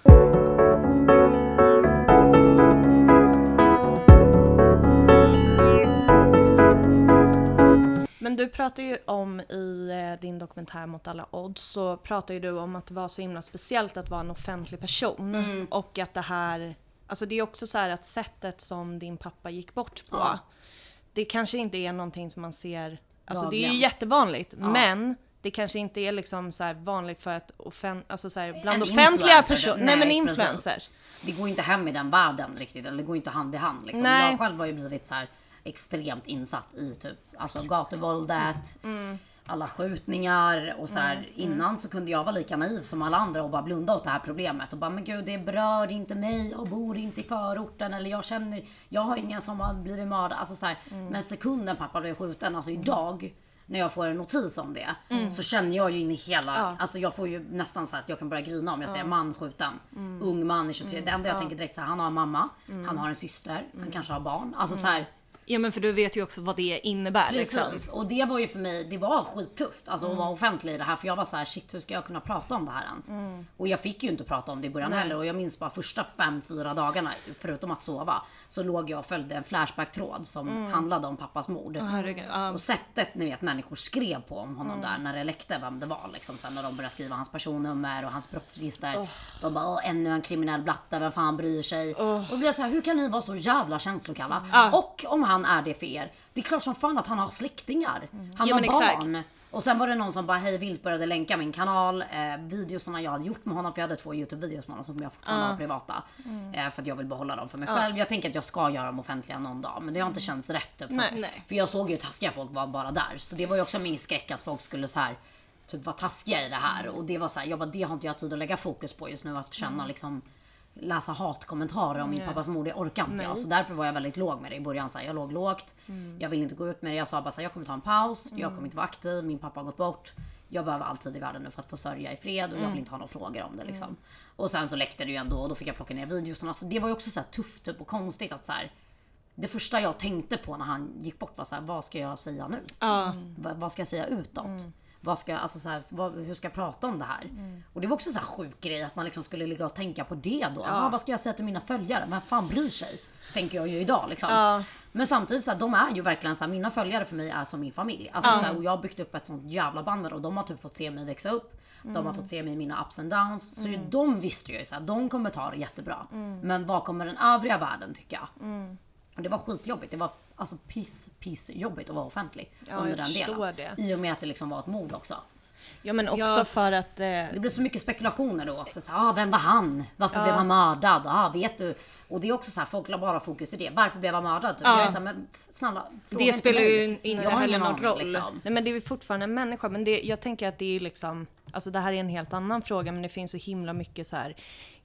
Men du pratar ju om i din dokumentär Mot alla odds, så pratar ju du om att det var så himla speciellt att vara en offentlig person. Och att det här, alltså det är också så här att sättet som din pappa gick bort på, det kanske inte är någonting som man ser, alltså det är ju jättevanligt, men det kanske inte är liksom så här vanligt för att alltså så här, bland offentliga personer, nej men influencers. Det går inte hem i den världen riktigt, eller det går inte hand i hand liksom. Nej. Jag själv har ju blivit så här extremt insatt i typ, alltså gatuvåldet, alla skjutningar och så här, innan så kunde jag vara lika naiv som alla andra och bara blunda åt det här problemet och bara, men gud, det berör inte mig, jag bor inte i förorten, eller jag har ingen som har blivit mördad, alltså så här, men sekunden pappa blev skjuten, alltså idag när jag får en notis om det, så känner jag ju in i hela, alltså jag får ju nästan så att jag kan börja grina om jag säger man skjuten, ung man i 23, det enda jag tänker direkt så här, han har en mamma, han har en syster, han kanske har barn, alltså så här. Ja, men för du vet ju också vad det innebär. Precis, liksom. och det var ju för mig, det var skittufft alltså att vara offentlig i det här, för jag var så här, shit, hur ska jag kunna prata om det här ens? Och jag fick ju inte prata om det i början heller, och jag minns bara första 5-4 dagarna, förutom att sova, så låg jag och följde en flashback-tråd som handlade om pappas mord. Och sättet, ni vet, människor skrev på om honom där när det läckte vem det var liksom, sen när de började skriva hans personnummer och hans brottsregister. De bara, ännu en kriminell blatte, vem fan bryr sig? Och då blev jag så här, hur kan ni vara så jävla känslokalla? Och om han är det för er, det är klart som fan att han har släktingar. Han har barn. Exakt. Och sen var det någon som bara hej vilt började länka min kanal, videosarna jag hade gjort med honom, för jag hade 2 YouTube-videos med honom som jag fortfarande har privata. För att jag vill behålla dem för mig själv. Jag tänker att jag ska göra dem offentliga någon dag, men det har inte känts rätt. Typ, för jag såg ju taskiga folk var bara där, så det var ju också min skräck att folk skulle så här typ vara taskiga i det här. Och det var så här, jag bara, det har inte jag tid att lägga fokus på just nu, att känna liksom, läsa hatkommentarer om min pappas mord, det orkar inte jag. Så därför var jag väldigt låg med det i början. Så här, jag låg lågt, jag vill inte gå ut med det. Jag sa bara så här, jag kommer ta en paus, jag kommer inte vara aktiv, min pappa har gått bort. Jag behöver alltid i världen nu för att få sörja i fred, och jag vill inte ha några frågor om det liksom. Och sen så läckte det ju ändå, och då fick jag plocka ner videorna. Så det var ju också så här tufft typ, och konstigt att så här, det första jag tänkte på när han gick bort var så här, vad ska jag säga nu? Vad ska jag säga utåt? Vad ska, alltså så här, hur ska jag prata om det här? Och det var också så här sjuk grej att man liksom skulle ligga och tänka på det då. Vad ska jag säga till mina följare? Vem fan bryr sig? Tänker jag ju idag liksom. Men samtidigt så här, de är ju verkligen så här, mina följare för mig är som min familj. Alltså, så här, och jag har byggt upp ett sånt jävla band med, och de har typ fått se mig växa upp. De har fått se mig i mina ups and downs. Så ju, de visste ju så här, de kommer ta det jättebra. Men vad kommer den övriga världen tycka? Och det var skitjobbigt. Det var alltså jobbigt att vara offentlig under den delen. Det. I och med att det liksom var ett mord också. Ja, men också för att... Det blev så mycket spekulationer då också. Så, vem var han? Varför blev han mördad? Vet du? Och det är också så här, folk la bara fokus i det. Varför blev han mördad? Typ. Jag är så här, men snälla, det spelar ju inte heller någon roll. Liksom. Nej, men det är ju fortfarande en människa. Men jag tänker att det är liksom... Alltså det här är en helt annan fråga, men det finns så himla mycket så här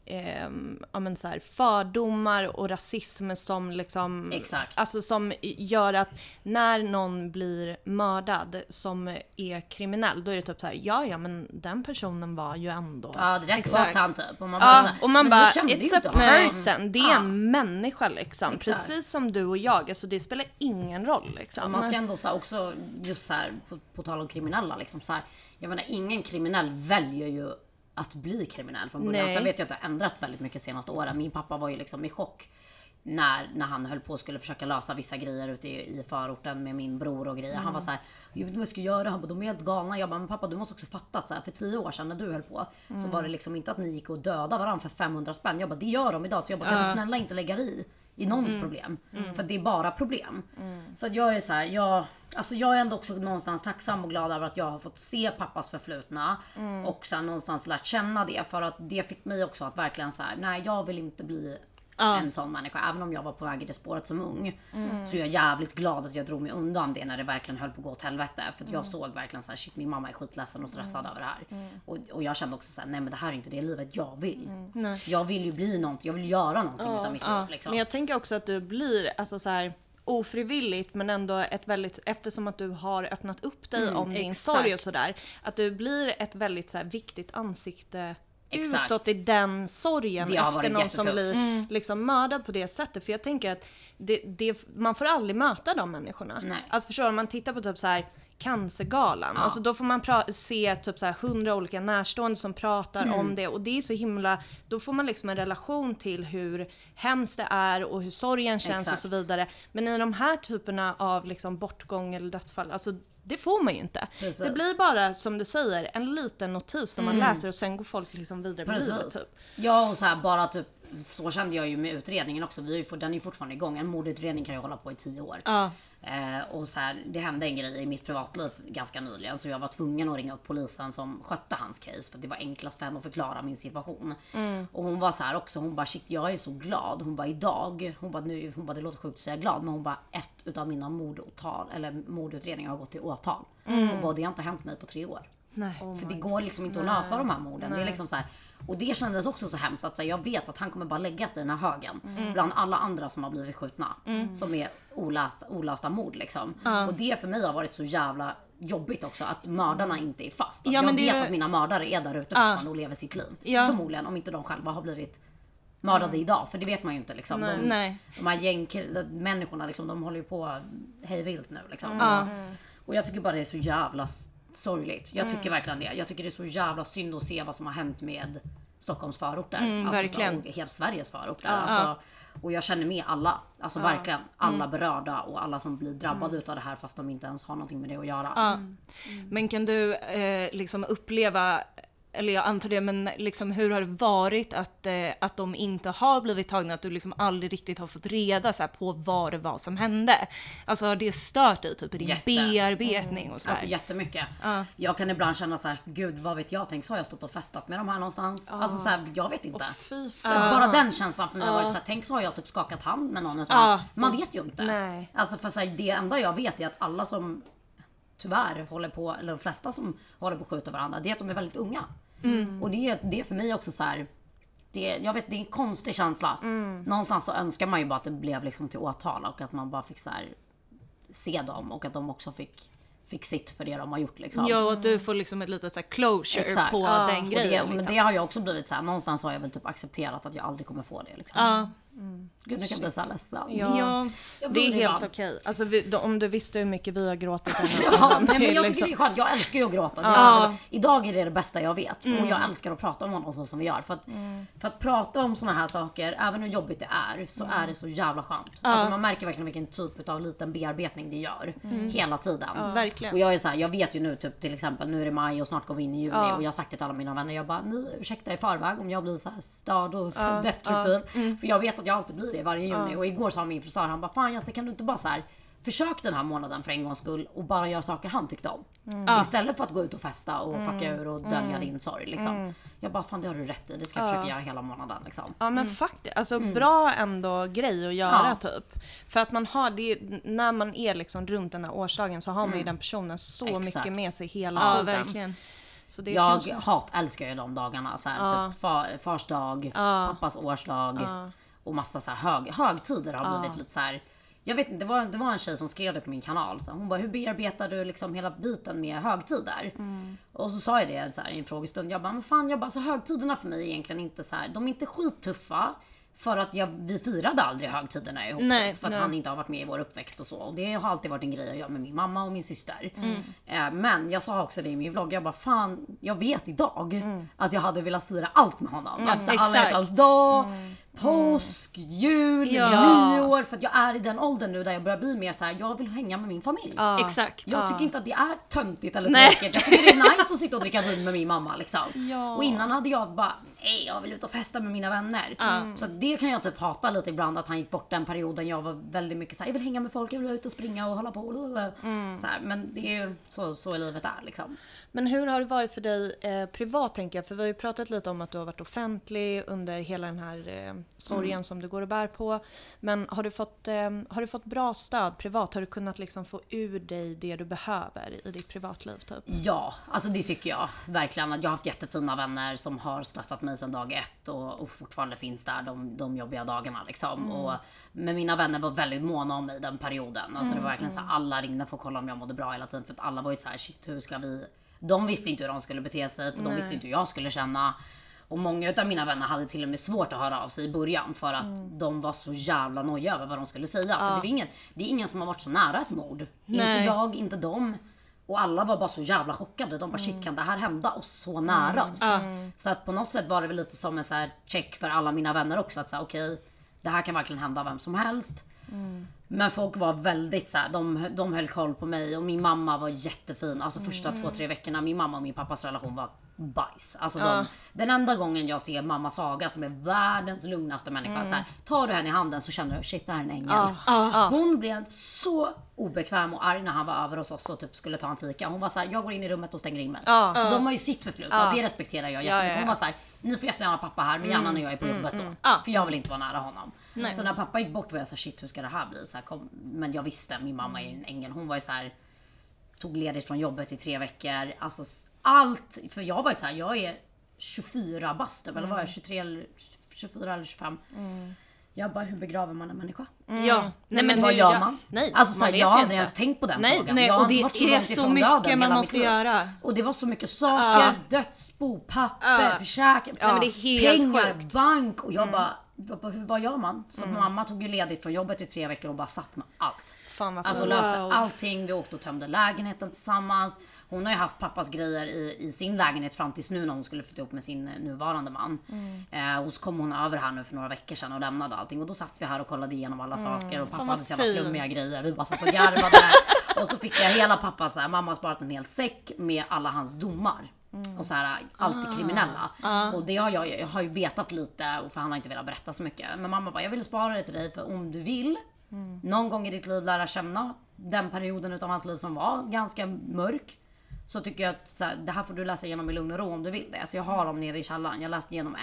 men så här, fördomar och rasism som liksom, Exakt. alltså som gör att när någon blir mördad som är kriminell, då är det typ så här, ja men den personen var ju ändå. Ja, direkt åt han typ. Och man bara, kände it's ju a inte person, det är en människa liksom. Exakt. Precis som du och jag, alltså det spelar ingen roll liksom. Och man ska ändå så här, också just så här, på tal om kriminella liksom så här, jag menar ingen kriminell väljer ju att bli kriminell från början. Sen vet jag att det har ändrats väldigt mycket senaste åren. Min pappa var ju liksom i chock när han höll på och skulle försöka lösa vissa grejer ute i förorten med min bror och grejer. Han var så här, jag vet inte vad jag ska göra. Han bara, de är helt galna. Jag bara, men pappa du måste också fatta att så här, för 10 år sedan när du höll på så var det liksom inte att ni gick och dödade varandra för 500 spänn. Jag bara, det gör de idag. Så jag bara, kan du snälla inte lägga i någons problem. För det är bara problem. Så att jag är så här, jag är ändå också någonstans tacksam och glad över att jag har fått se pappas förflutna. Och sen någonstans lärt känna det. För att det fick mig också att verkligen så här, nej jag vill inte bli en sån människa. Även om jag var på väg i det spåret som ung. Så är jag jävligt glad att jag drog mig undan det när det verkligen höll på att gå åt helvete. För jag såg verkligen så här, shit min mamma är skitledsen och stressad över det här. Och jag kände också så här, nej men det här är inte det livet jag vill. Jag vill ju bli någonting, jag vill göra någonting utav mitt liv liksom. Men jag tänker också att du blir alltså så här ofrivilligt men ändå ett väldigt, eftersom att du har öppnat upp dig om din sorg och sådär, att du blir ett väldigt så här viktigt ansikte utåt i den sorgen efter någon som blir liksom mördad på det sättet. För jag tänker att man får aldrig möta de människorna. Nej. Alltså förstår du, om man tittar på typ så här Cancergalan, alltså då får man se typ så här 100 olika närstående som pratar om det, och det är så himla, då får man liksom en relation till hur hemskt det är och hur sorgen känns och så vidare. Men i de här typerna av liksom bortgång eller dödsfall, alltså det får man ju inte. Precis. Det blir bara, som du säger, en liten notis som man läser och sen går folk liksom vidare med livet typ. Ja, och så här bara typ, så kände jag ju med utredningen också. Den är ju fortfarande igång. En mordutredning kan ju hålla på i 10 år. Och så här, det hände en grej i mitt privatliv ganska nyligen, så jag var tvungen att ringa upp polisen som skötte hans case, för det var enklast för henne att förklara min situation. Och hon var så här också, hon bara shit jag är så glad. Hon bara idag, hon bara det låter sjukt att säga glad, men hon bara ett utav mina mordutredningar har gått till åtal. Och bara det har inte hänt mig på 3 år. Nej. För det går liksom inte att lösa de här morden. Det är liksom så här, och det kändes också så hemskt att så här, jag vet att han kommer bara lägga sig i den här högen bland alla andra som har blivit skjutna, som är olösta mord liksom. Och det för mig har varit så jävla jobbigt också att mördarna inte är fast. Att jag vet att mina mördare är där ute fortfarande och lever sitt liv. Förmodligen, om inte de själva har blivit mördade idag, för det vet man ju inte liksom. De här människorna liksom, de håller ju på hejvilt nu liksom. Och jag tycker bara det är så jävla sorgligt. Jag tycker verkligen det. Jag tycker det är så jävla synd att se vad som har hänt med Stockholms förorter. Alltså, verkligen. Och hela Sveriges förorter. Alltså, och jag känner med alla. Alltså verkligen alla berörda och alla som blir drabbade utav det här fast de inte ens har någonting med det att göra. Men kan du liksom uppleva, eller jag antar det, men liksom hur har det varit att de inte har blivit tagna, att du liksom aldrig riktigt har fått reda så här, på vad det var som hände? Alltså har det stört dig typ i din bearbetning och så där? Alltså jättemycket. Jag kan ibland känna så här, gud vad vet jag, tänk så har jag stått och festat med de här någonstans. Alltså så här, jag vet inte. Bara den känslan för mig har varit så här, tänk så har jag typ skakat hand med någon. Man vet ju inte. Nej. Alltså för så här, det enda jag vet är att alla som tyvärr håller på, eller de flesta som håller på att skjuta varandra, det är att de är väldigt unga. Och det är för mig också så här, jag vet, det är en konstig känsla. Någonstans så önskar man ju bara att det blev liksom till åtal och att man bara fick så här se dem och att de också fick sitt för det de har gjort liksom. Ja, och att du får liksom ett litet så här closure på den grejen. Men det har jag också blivit så här, någonstans har jag väl typ accepterat att jag aldrig kommer få det liksom. Gud, nu kan jag bli så här ledsen. Ja, det är helt okej. Alltså om du visste hur mycket vi har gråtit nej, men jag tycker det är skönt. Jag älskar ju att gråta. Idag är det bästa jag vet. Och jag älskar att prata om honom så som vi gör. För att prata om såna här saker, även hur jobbigt det är, så är det så jävla skönt. Alltså man märker verkligen vilken typ av liten bearbetning det gör. Hela tiden. Verkligen. Och jag är så här, jag vet ju nu typ till exempel, nu är det maj och snart går vi in i juni. Och jag har sagt till alla mina vänner, jag bara, ni ursäkta i förväg om jag blir så här störd och destruktiv. För jag vet att jag alltid blir det varje juni. Och igår sa min frisör, han bara, fan Jens, kan du inte bara så här försök den här månaden för en gångs skull och bara göra saker han tyckte om. Istället för att gå ut och festa och fucka ur och dölja din sorg liksom. Jag bara, fan det har du rätt i, det ska jag försöka göra hela månaden liksom. Ja men faktiskt, alltså bra ändå grej att göra typ. För att man har det, när man är liksom runt den här årsdagen så har man ju den personen så mycket med sig hela tiden. Verkligen. Så det jag kanske... älskar ju de dagarna. Så här, typ fars dag, pappas årsdag och massa så här högtider har blivit lite så här. Jag vet inte, det var en tjej som skrev det på min kanal. Så hon bara, hur bearbetar du liksom hela biten med högtider? Och så sa jag det så här, i en frågestund. Jag bara, men fan, så högtiderna för mig är egentligen inte så här, de är inte skittuffa. För att vi firade aldrig högtiderna ihop. För att han inte har varit med i vår uppväxt och så. Och det har alltid varit en grej att göra med min mamma och min syster. Men jag sa också det i min vlogg. Jag bara, fan, jag vet idag att jag hade velat fira allt med honom. Alltså alla hjärtans dag, påsk, jul, nyår. För att jag är i den åldern nu där jag börjar bli mer så här, jag vill hänga med min familj. Exakt. Jag tycker inte att det är töntigt eller tråkigt. Jag tycker det är nice att sitta och dricka vin med min mamma liksom. Och innan hade jag bara, nej, jag vill ut och festa med mina vänner. Så det kan jag typ hata lite ibland, att han gick bort den perioden. Jag var väldigt mycket så här, jag vill hänga med folk, jag vill ut och springa och hålla på. Så här, men det är ju så livet är liksom. Men hur har det varit för dig privat, tänker jag? För vi har ju pratat lite om att du har varit offentlig under hela den här sorgen som du går och bär på. Men har du fått bra stöd privat? Har du kunnat liksom få ur dig det du behöver i ditt privatliv typ? Ja, alltså det tycker jag verkligen. Jag har haft jättefina vänner som har stöttat mig sedan dag ett och fortfarande finns där de jobbiga dagarna liksom. Men mina vänner var väldigt måna om mig den perioden. Alltså det var verkligen så här, alla ringde för att kolla om jag mådde bra hela tiden. För att alla var ju så här, shit, hur ska vi... De visste inte hur de skulle bete sig, för de visste inte hur jag skulle känna. Och många av mina vänner hade till och med svårt att höra av sig i början, för att de var så jävla nojiga över vad de skulle säga. För det är ingen som har varit så nära ett mord. Inte jag, inte de. Och alla var bara så jävla chockade. De bara, shit, kan det här hända oss så nära oss? Så att på något sätt var det väl lite som en så här check för alla mina vänner också. Att säga, okej, det här kan verkligen hända vem som helst. Men folk var väldigt så här, de höll koll på mig. Och min mamma var jättefin. Alltså första 2-3 veckorna, min mamma och min pappas relation var bajs. Alltså den enda gången jag ser mamma Saga, som är världens lugnaste människa, så här, tar du henne i handen så känner du, shit, det här är en ängel. Hon blev så obekväm och arg när han var över hos oss och typ skulle ta en fika. Hon var så här, jag går in i rummet och stänger in mig. Så de har ju sitt förflutna och det respekterar jag jättemycket. Hon var så här, ni får jättegärna pappa här, men gärna när jag är på jobbet då. För jag vill inte vara nära honom. Så när pappa gick bort var jag så här, shit, hur ska det här bli? Så här, men jag visste, min mamma är en ängel. Hon var ju så här, tog ledigt från jobbet i 3 veckor. Alltså allt, för jag var ju så här, jag är 24 bast, eller var jag 23 eller 24 eller 25. Jag bara, hur begraver man en människa? Nej, men vad gör man? Nej, alltså så här, jag har aldrig ens tänkt på den frågan. Nej, jag och det är så mycket man måste göra. Och det var så mycket saker, dödsbo, papper, försäkring, men det är helt pengar, sjukt. bank. Och jag bara, vad gör man? Så mamma tog ju ledigt från jobbet i 3 veckor och bara satt med allt. Fan, vad alltså löste allting, vi åkte och tömde lägenheten tillsammans. Hon har ju haft pappas grejer i sin lägenhet fram tills nu när hon skulle flytta ihop med sin nuvarande man. Och så kom hon över här nu för några veckor sedan och lämnade allting. Och då satt vi här och kollade igenom alla saker. Och pappa hade sådana flummiga grejer. Vi bara satt och garvade. Och så fick jag hela pappa så här, mamma har sparat en hel säck med alla hans domar. Och så här, alltid kriminella. Och det har jag har ju vetat lite, för han har inte velat berätta så mycket. Men mamma bara, jag vill spara det till dig, för om du vill någon gång i ditt liv lära känna den perioden utav hans liv som var ganska mörk, så tycker jag att så här, det här får du läsa igenom i lugn och ro om du vill det. Så jag har dem nere i källaren. Jag läste igenom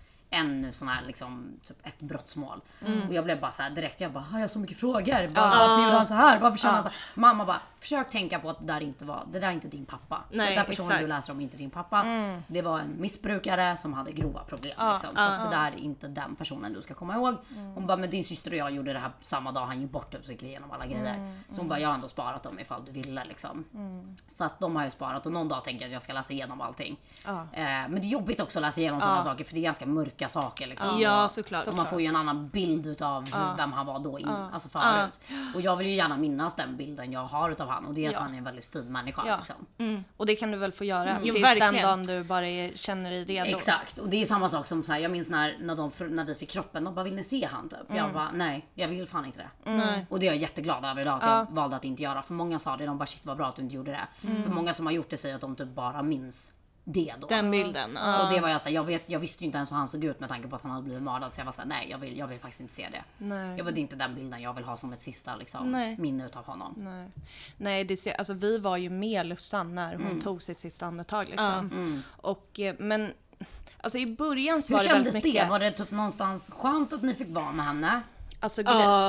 en sån här liksom, typ ett brottsmål. Och jag blev bara så här direkt, jag bara, har jag så mycket frågor? Varför gjorde han så här? Varför känner han så här? Mamma bara, försök tänka på att det där är inte din pappa. Nej, den där personen du läser om är inte din pappa. Det var en missbrukare som hade grova problem liksom. Så att det där är inte den personen du ska komma ihåg. Hon bara, men din syster och jag gjorde det här samma dag han gick bort, typ, så gick vi igenom alla grejer. Så hon bara, jag har ändå sparat dem ifall du ville liksom. Så att de har ju sparat, och någon dag tänker jag att jag ska läsa igenom allting. Men det är jobbigt också att läsa igenom sådana saker, för det är ganska mörka saker liksom. Ja, såklart. Så man får ju en annan bild utav vem han var då, alltså förut. Och jag vill ju gärna minnas den bilden jag har utav han, och det är att han är en väldigt fin människa liksom. Och det kan du väl få göra tills verkligen. Den dagen du bara känner dig redo. Exakt, och det är samma sak som så här, jag minns när vi fick kroppen, de bara, vill ni se han typ? Jag bara, nej, jag vill fan inte det. Och det är jag jätteglad över idag att jag valde att inte göra. För många sa det, de bara, shit vad bra att du inte gjorde det. För många som har gjort det säger att de typ bara minns det då. Den bilden. Och det var jag såhär, jag visste ju inte ens hur han såg ut med tanke på att han hade blivit mördad. Så jag var såhär, nej, jag vill faktiskt inte se det. Nej. Jag vill inte den bilden jag vill ha som ett sista liksom, minne utav honom. Nej, alltså vi var ju med Lussan när hon tog sitt sista andetag liksom. Och men alltså i början så var det väldigt mycket. Hur kändes det? Var det typ någonstans skönt att ni fick vara med henne? Alltså,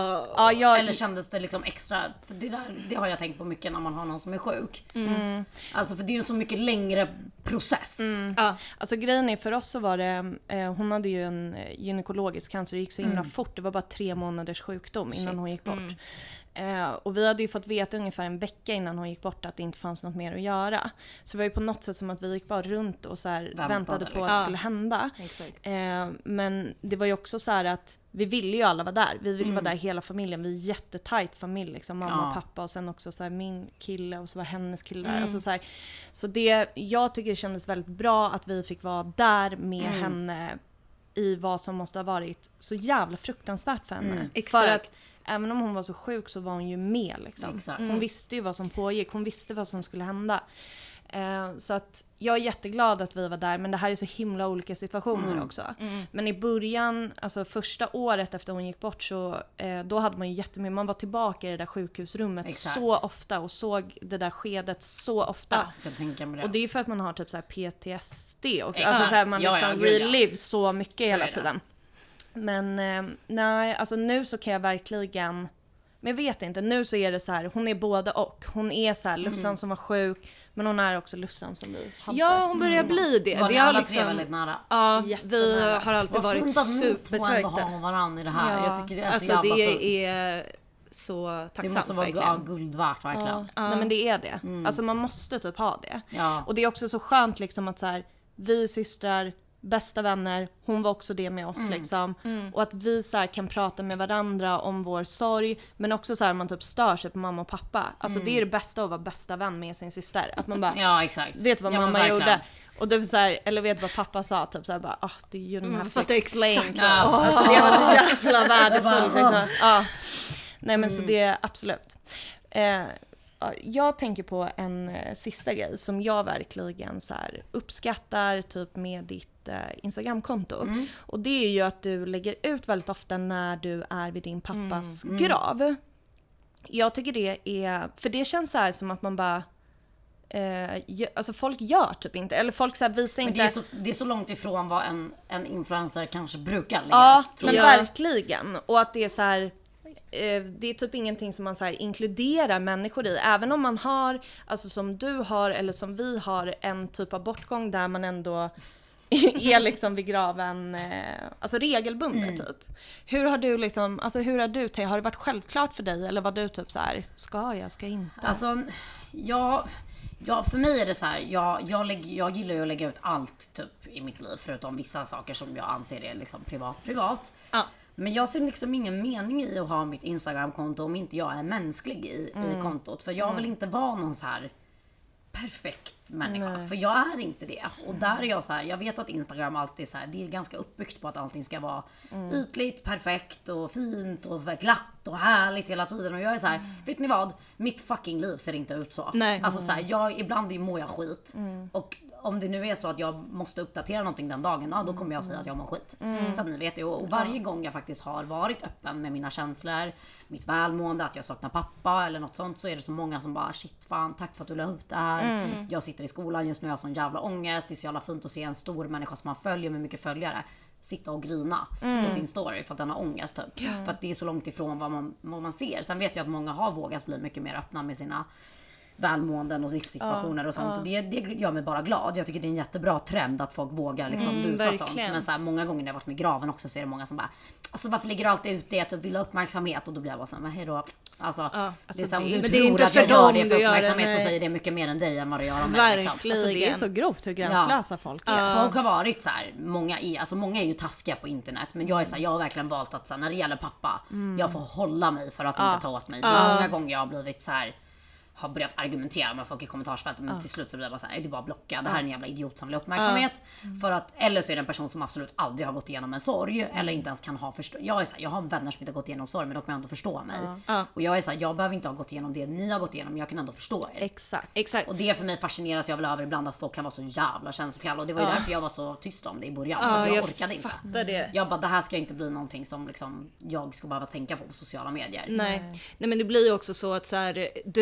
eller kändes det liksom extra, för det har jag tänkt på mycket när man har någon som är sjuk. Alltså för det är ju en så mycket längre process. Ja. Alltså grejen är, för oss så var det, hon hade ju en gynekologisk cancer, det gick så himla fort, det var bara 3 månaders sjukdom innan hon gick bort. Och vi hade ju fått veta ungefär en vecka innan hon gick bort att det inte fanns något mer att göra. Så det var ju på något sätt som att vi gick bara runt och så här väntade på att det skulle hända. Exakt. Men det var ju också så här att vi ville ju alla vara där. Vi ville vara där hela familjen. Vi är jättetajt familj liksom, mamma och pappa och sen också så här min kille och så var hennes kille där. Alltså så här, så det, jag tycker det kändes väldigt bra att vi fick vara där med henne i vad som måste ha varit så jävla fruktansvärt för henne. Exakt. För att även om hon var så sjuk så var hon ju med liksom. Hon visste ju vad som pågick, hon visste vad som skulle hända. Så att jag är jätteglad att vi var där, men det här är så himla olika situationer också. Men i början, alltså första året efter hon gick bort så då hade man ju jättemycket, man var tillbaka i det där sjukhusrummet så ofta och såg det där skedet så ofta. Jag kan tänka mig det. Och det är för att man har typ så här PTSD och alltså så här, man liksom relive så mycket hela tiden. Men nej, alltså nu så kan jag verkligen, men jag vet inte, nu så är det så här, hon är både och. Hon är så här Lussan som var sjuk, men hon är också Lussan som vi hade. Ja, hon börjar bli det. Var det ni har alla liksom, tre väldigt nära? ja, Jättenära. vi har alltid varit supertajta. Ha varandra i det här. Ja. Jag tycker det är så Alltså jävla fint. det är så tacksamt. Det måste vara verkligen. guld värt verkligen. Nej men det är det. Alltså man måste typ ha det. Ja. Och det är också så skönt liksom att så här, vi systrar, bästa vänner, hon var också det med oss liksom. Och att vi så här kan prata med varandra om vår sorg, men också så här man typ stör sig på mamma och pappa. Alltså det är det bästa att vara bästa vän med sin syster. Att man bara, Ja, exakt. vet vad Ja, men mamma verkligen. gjorde. Och det var så här, eller vet vad pappa sa, typ så här bara, det är ju den här fattar explain. exakt. Så. Alltså det var så jävla värdefullt liksom. Ja. Nej men så det är absolut. Jag tänker på en sista grej som jag verkligen så här uppskattar typ med ditt Instagramkonto. Och det är ju att du lägger ut väldigt ofta när du är vid din pappas grav. Jag tycker det är, för det känns så här som att man bara alltså folk gör typ inte, eller folk så här visar Men inte. det är så långt ifrån vad en influencer kanske brukar lägga Ja, ut, tror men jag. verkligen. Och att det är så här, det är typ ingenting som man så här inkluderar människor i. Även om man har, alltså som du har eller som vi har, en typ av bortgång där man ändå är liksom vid graven alltså regelbundet typ. Hur har du liksom, alltså hur har du har det varit självklart för dig eller var du typ så här, ska jag inte? Alltså, ja, för mig är det så här, jag gillar ju att lägga ut allt typ i mitt liv förutom vissa saker som jag anser är liksom privat. Ja. Men jag ser liksom ingen mening i att ha mitt Instagram-konto om inte jag är mänsklig i kontot. För jag vill inte vara någon så här perfekt människa. För jag är inte det. Och där är jag så här, jag vet att Instagram alltid är så här, det är ganska uppbyggt på att allting ska vara ytligt, perfekt och fint och glatt och härligt hela tiden. Och jag är så här, vet ni vad? Mitt fucking liv ser inte ut så. Nej. Alltså så här, ibland mår jag skit. Och om det nu är så att jag måste uppdatera någonting den dagen, då kommer jag säga att jag mår skit. Så att ni vet det. Och varje gång jag faktiskt har varit öppen med mina känslor, mitt välmående, att jag saknar pappa eller något sånt, så är det så många som bara, shit fan, tack för att du la upp det här. Jag sitter i skolan just nu, jag har sån jävla ångest. Det är så jävla fint att se en stor människa som man följer med mycket följare sitta och grina på sin story för att den har ångest typ. För att det är så långt ifrån vad man ser. Sen vet jag att många har vågat bli mycket mer öppna med sina välmåenden och livssituationer och sånt. Och det gör mig bara glad. Jag tycker det är en jättebra trend att folk vågar liksom visa verkligen. sånt. Men så här, många gånger när jag varit med graven också så är det många som bara, alltså varför ligger du alltid ute att du vill ha uppmärksamhet? Och då blir jag bara så här, men hejdå. Alltså, det är så här, om du men det är tror inte att för jag gör dem det för du gör det, uppmärksamhet så nej. säger det mycket mer än dig än vad det gör om mig. Liksom. Alltså det är så grovt hur gränslösa folk är. Folk har varit så här, många är ju taskiga på internet, men jag är så här, jag har verkligen valt att så här, när det gäller pappa, jag får hålla mig för att inte ta åt mig. Det är många gånger jag har blivit så här, har börjat argumentera med folk i kommentarsfältet, men till slut så blir jag bara såhär, det är bara blocka. Det här är en jävla idiot som vill ha uppmärksamhet. För att, eller så är det en person som absolut aldrig har gått igenom en sorg eller inte ens kan ha jag är så här, jag har vänner som inte har gått igenom sorg, men de kan ändå förstå mig. Och jag är så här, jag behöver inte ha gått igenom det ni har gått igenom, men jag kan ändå förstå er. Exakt. Och det för mig fascineras jag väl över ibland, att folk kan vara så jävla känslokalla. Och det var ju därför jag var så tyst om det i början, för att jag orkade inte. Det. Jag bara, det här ska inte bli någonting som liksom jag ska behöva tänka på sociala medier. Nej men det blir ju också så att så här, du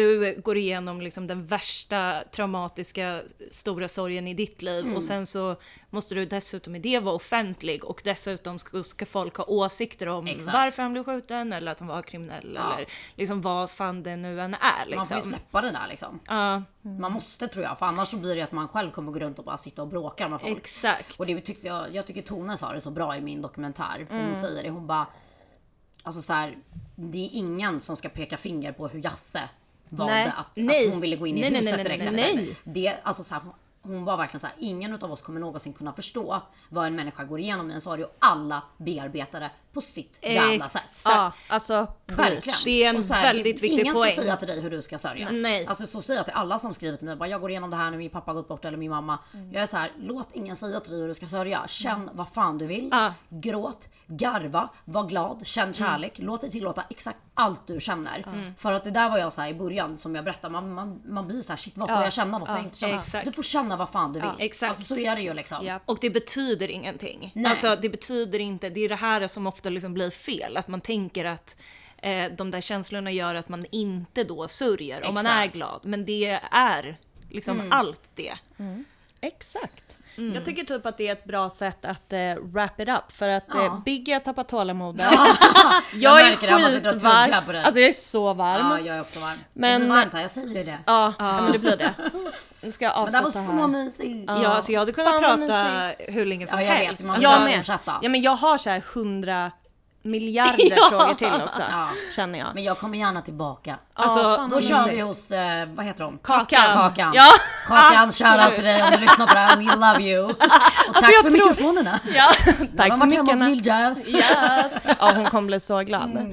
går igenom liksom den värsta traumatiska stora sorgen i ditt liv och sen så måste du dessutom i det vara offentlig och dessutom ska folk ha åsikter om varför han blev skjuten eller att han var kriminell eller liksom vad fan det nu än är liksom. Man får ju släppa det där liksom. Man måste, tror jag, för annars så blir det att man själv kommer gå runt och bara sitta och bråka med folk. Exakt. Och det tyckte jag tycker Tone sa det så bra i min dokumentär, för hon säger det, hon bara, alltså så här, det är ingen som ska peka finger på hur Jasse valde att hon ville gå in i huset direkt efter. Det, alltså så här, hon var verkligen så här, ingen av oss kommer någonsin kunna förstå vad en människa går igenom i en sorg, och alla bearbetade på sitt jävla sätt. Ja, alltså verkligen. Det är en väldigt viktig ingen poäng. ska säga till dig hur du ska sörja. Nej. Alltså så säger jag till alla som skriver till mig, bara, jag går igenom det här när min pappa har gått bort eller min mamma. Jag är så här, låt ingen säga till dig hur du ska sörja. Känn vad fan du vill. Gråt, garva, var glad, känn kärlek. Låt dig tillåta exakt allt du känner. För att det där var jag så här i början, som jag berättade, man blir så här, shit, vad får jag känna, vad får jag inte känna? Exakt. Du får känna vad fan du vill. Exakt. Alltså så är det ju liksom. Och det betyder ingenting. Nej. Alltså det betyder inte, det är det här som ofta liksom blir fel, att man tänker att de där känslorna gör att man inte då sörjer om man är glad, men det är liksom allt det. Exakt. Jag tycker typ att det är ett bra sätt att wrap it up, för att Biggie har tappat tålamodet. Jag är skitvarm. Alltså jag är så varm. Ja, jag är också varm. Men det blir varmt här, jag säger det. Ja, men det blir det. Nu ska jag avsluta men det var så mysigt. Ja, alltså jag hade kunnat prata hur länge som helst. Jag med. Ja, men jag har så här 100 miljarder frågor till också, känner jag. Men jag kommer gärna tillbaka. Alltså, då kör vi hos, vad heter de? Kakan. Ja, Kakan, shoutout till dig om du lyssnar på det här. We love you. Och tack för mikrofonerna. Ja, tack för mickarna. Yes. Ja, hon kommer bli så glad.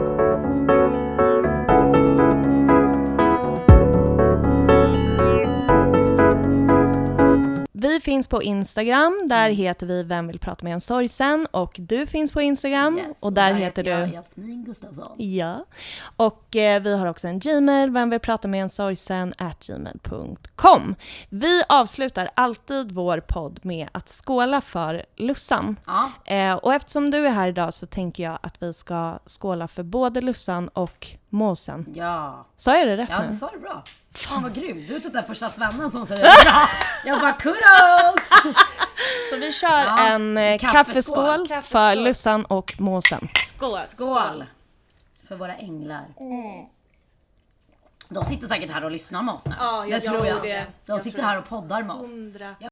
Vi finns på Instagram, där heter vi Vem vill prata med en sorgsen, och du finns på Instagram och där heter du Jasmin Gustafsson. Ja. Och vi har också en Gmail, vem vill prata med en sorgsen @gmail.com. Vi avslutar alltid vår podd med att skåla för Lussan. Och eftersom du är här idag så tänker jag att vi ska skåla för både Lussan och Måsen. Ja. Sa jag det rätt nu? Ja, du sa det bra. Fan vad grym. Du är typ den första svennen som säger det bra. Jag bara kudos! Så vi kör en kaffeskål för Lussan och Måsen. Skål! För våra änglar. De sitter säkert här och lyssnar med oss nu. Ja, jag tror jag. De sitter här och poddar med oss.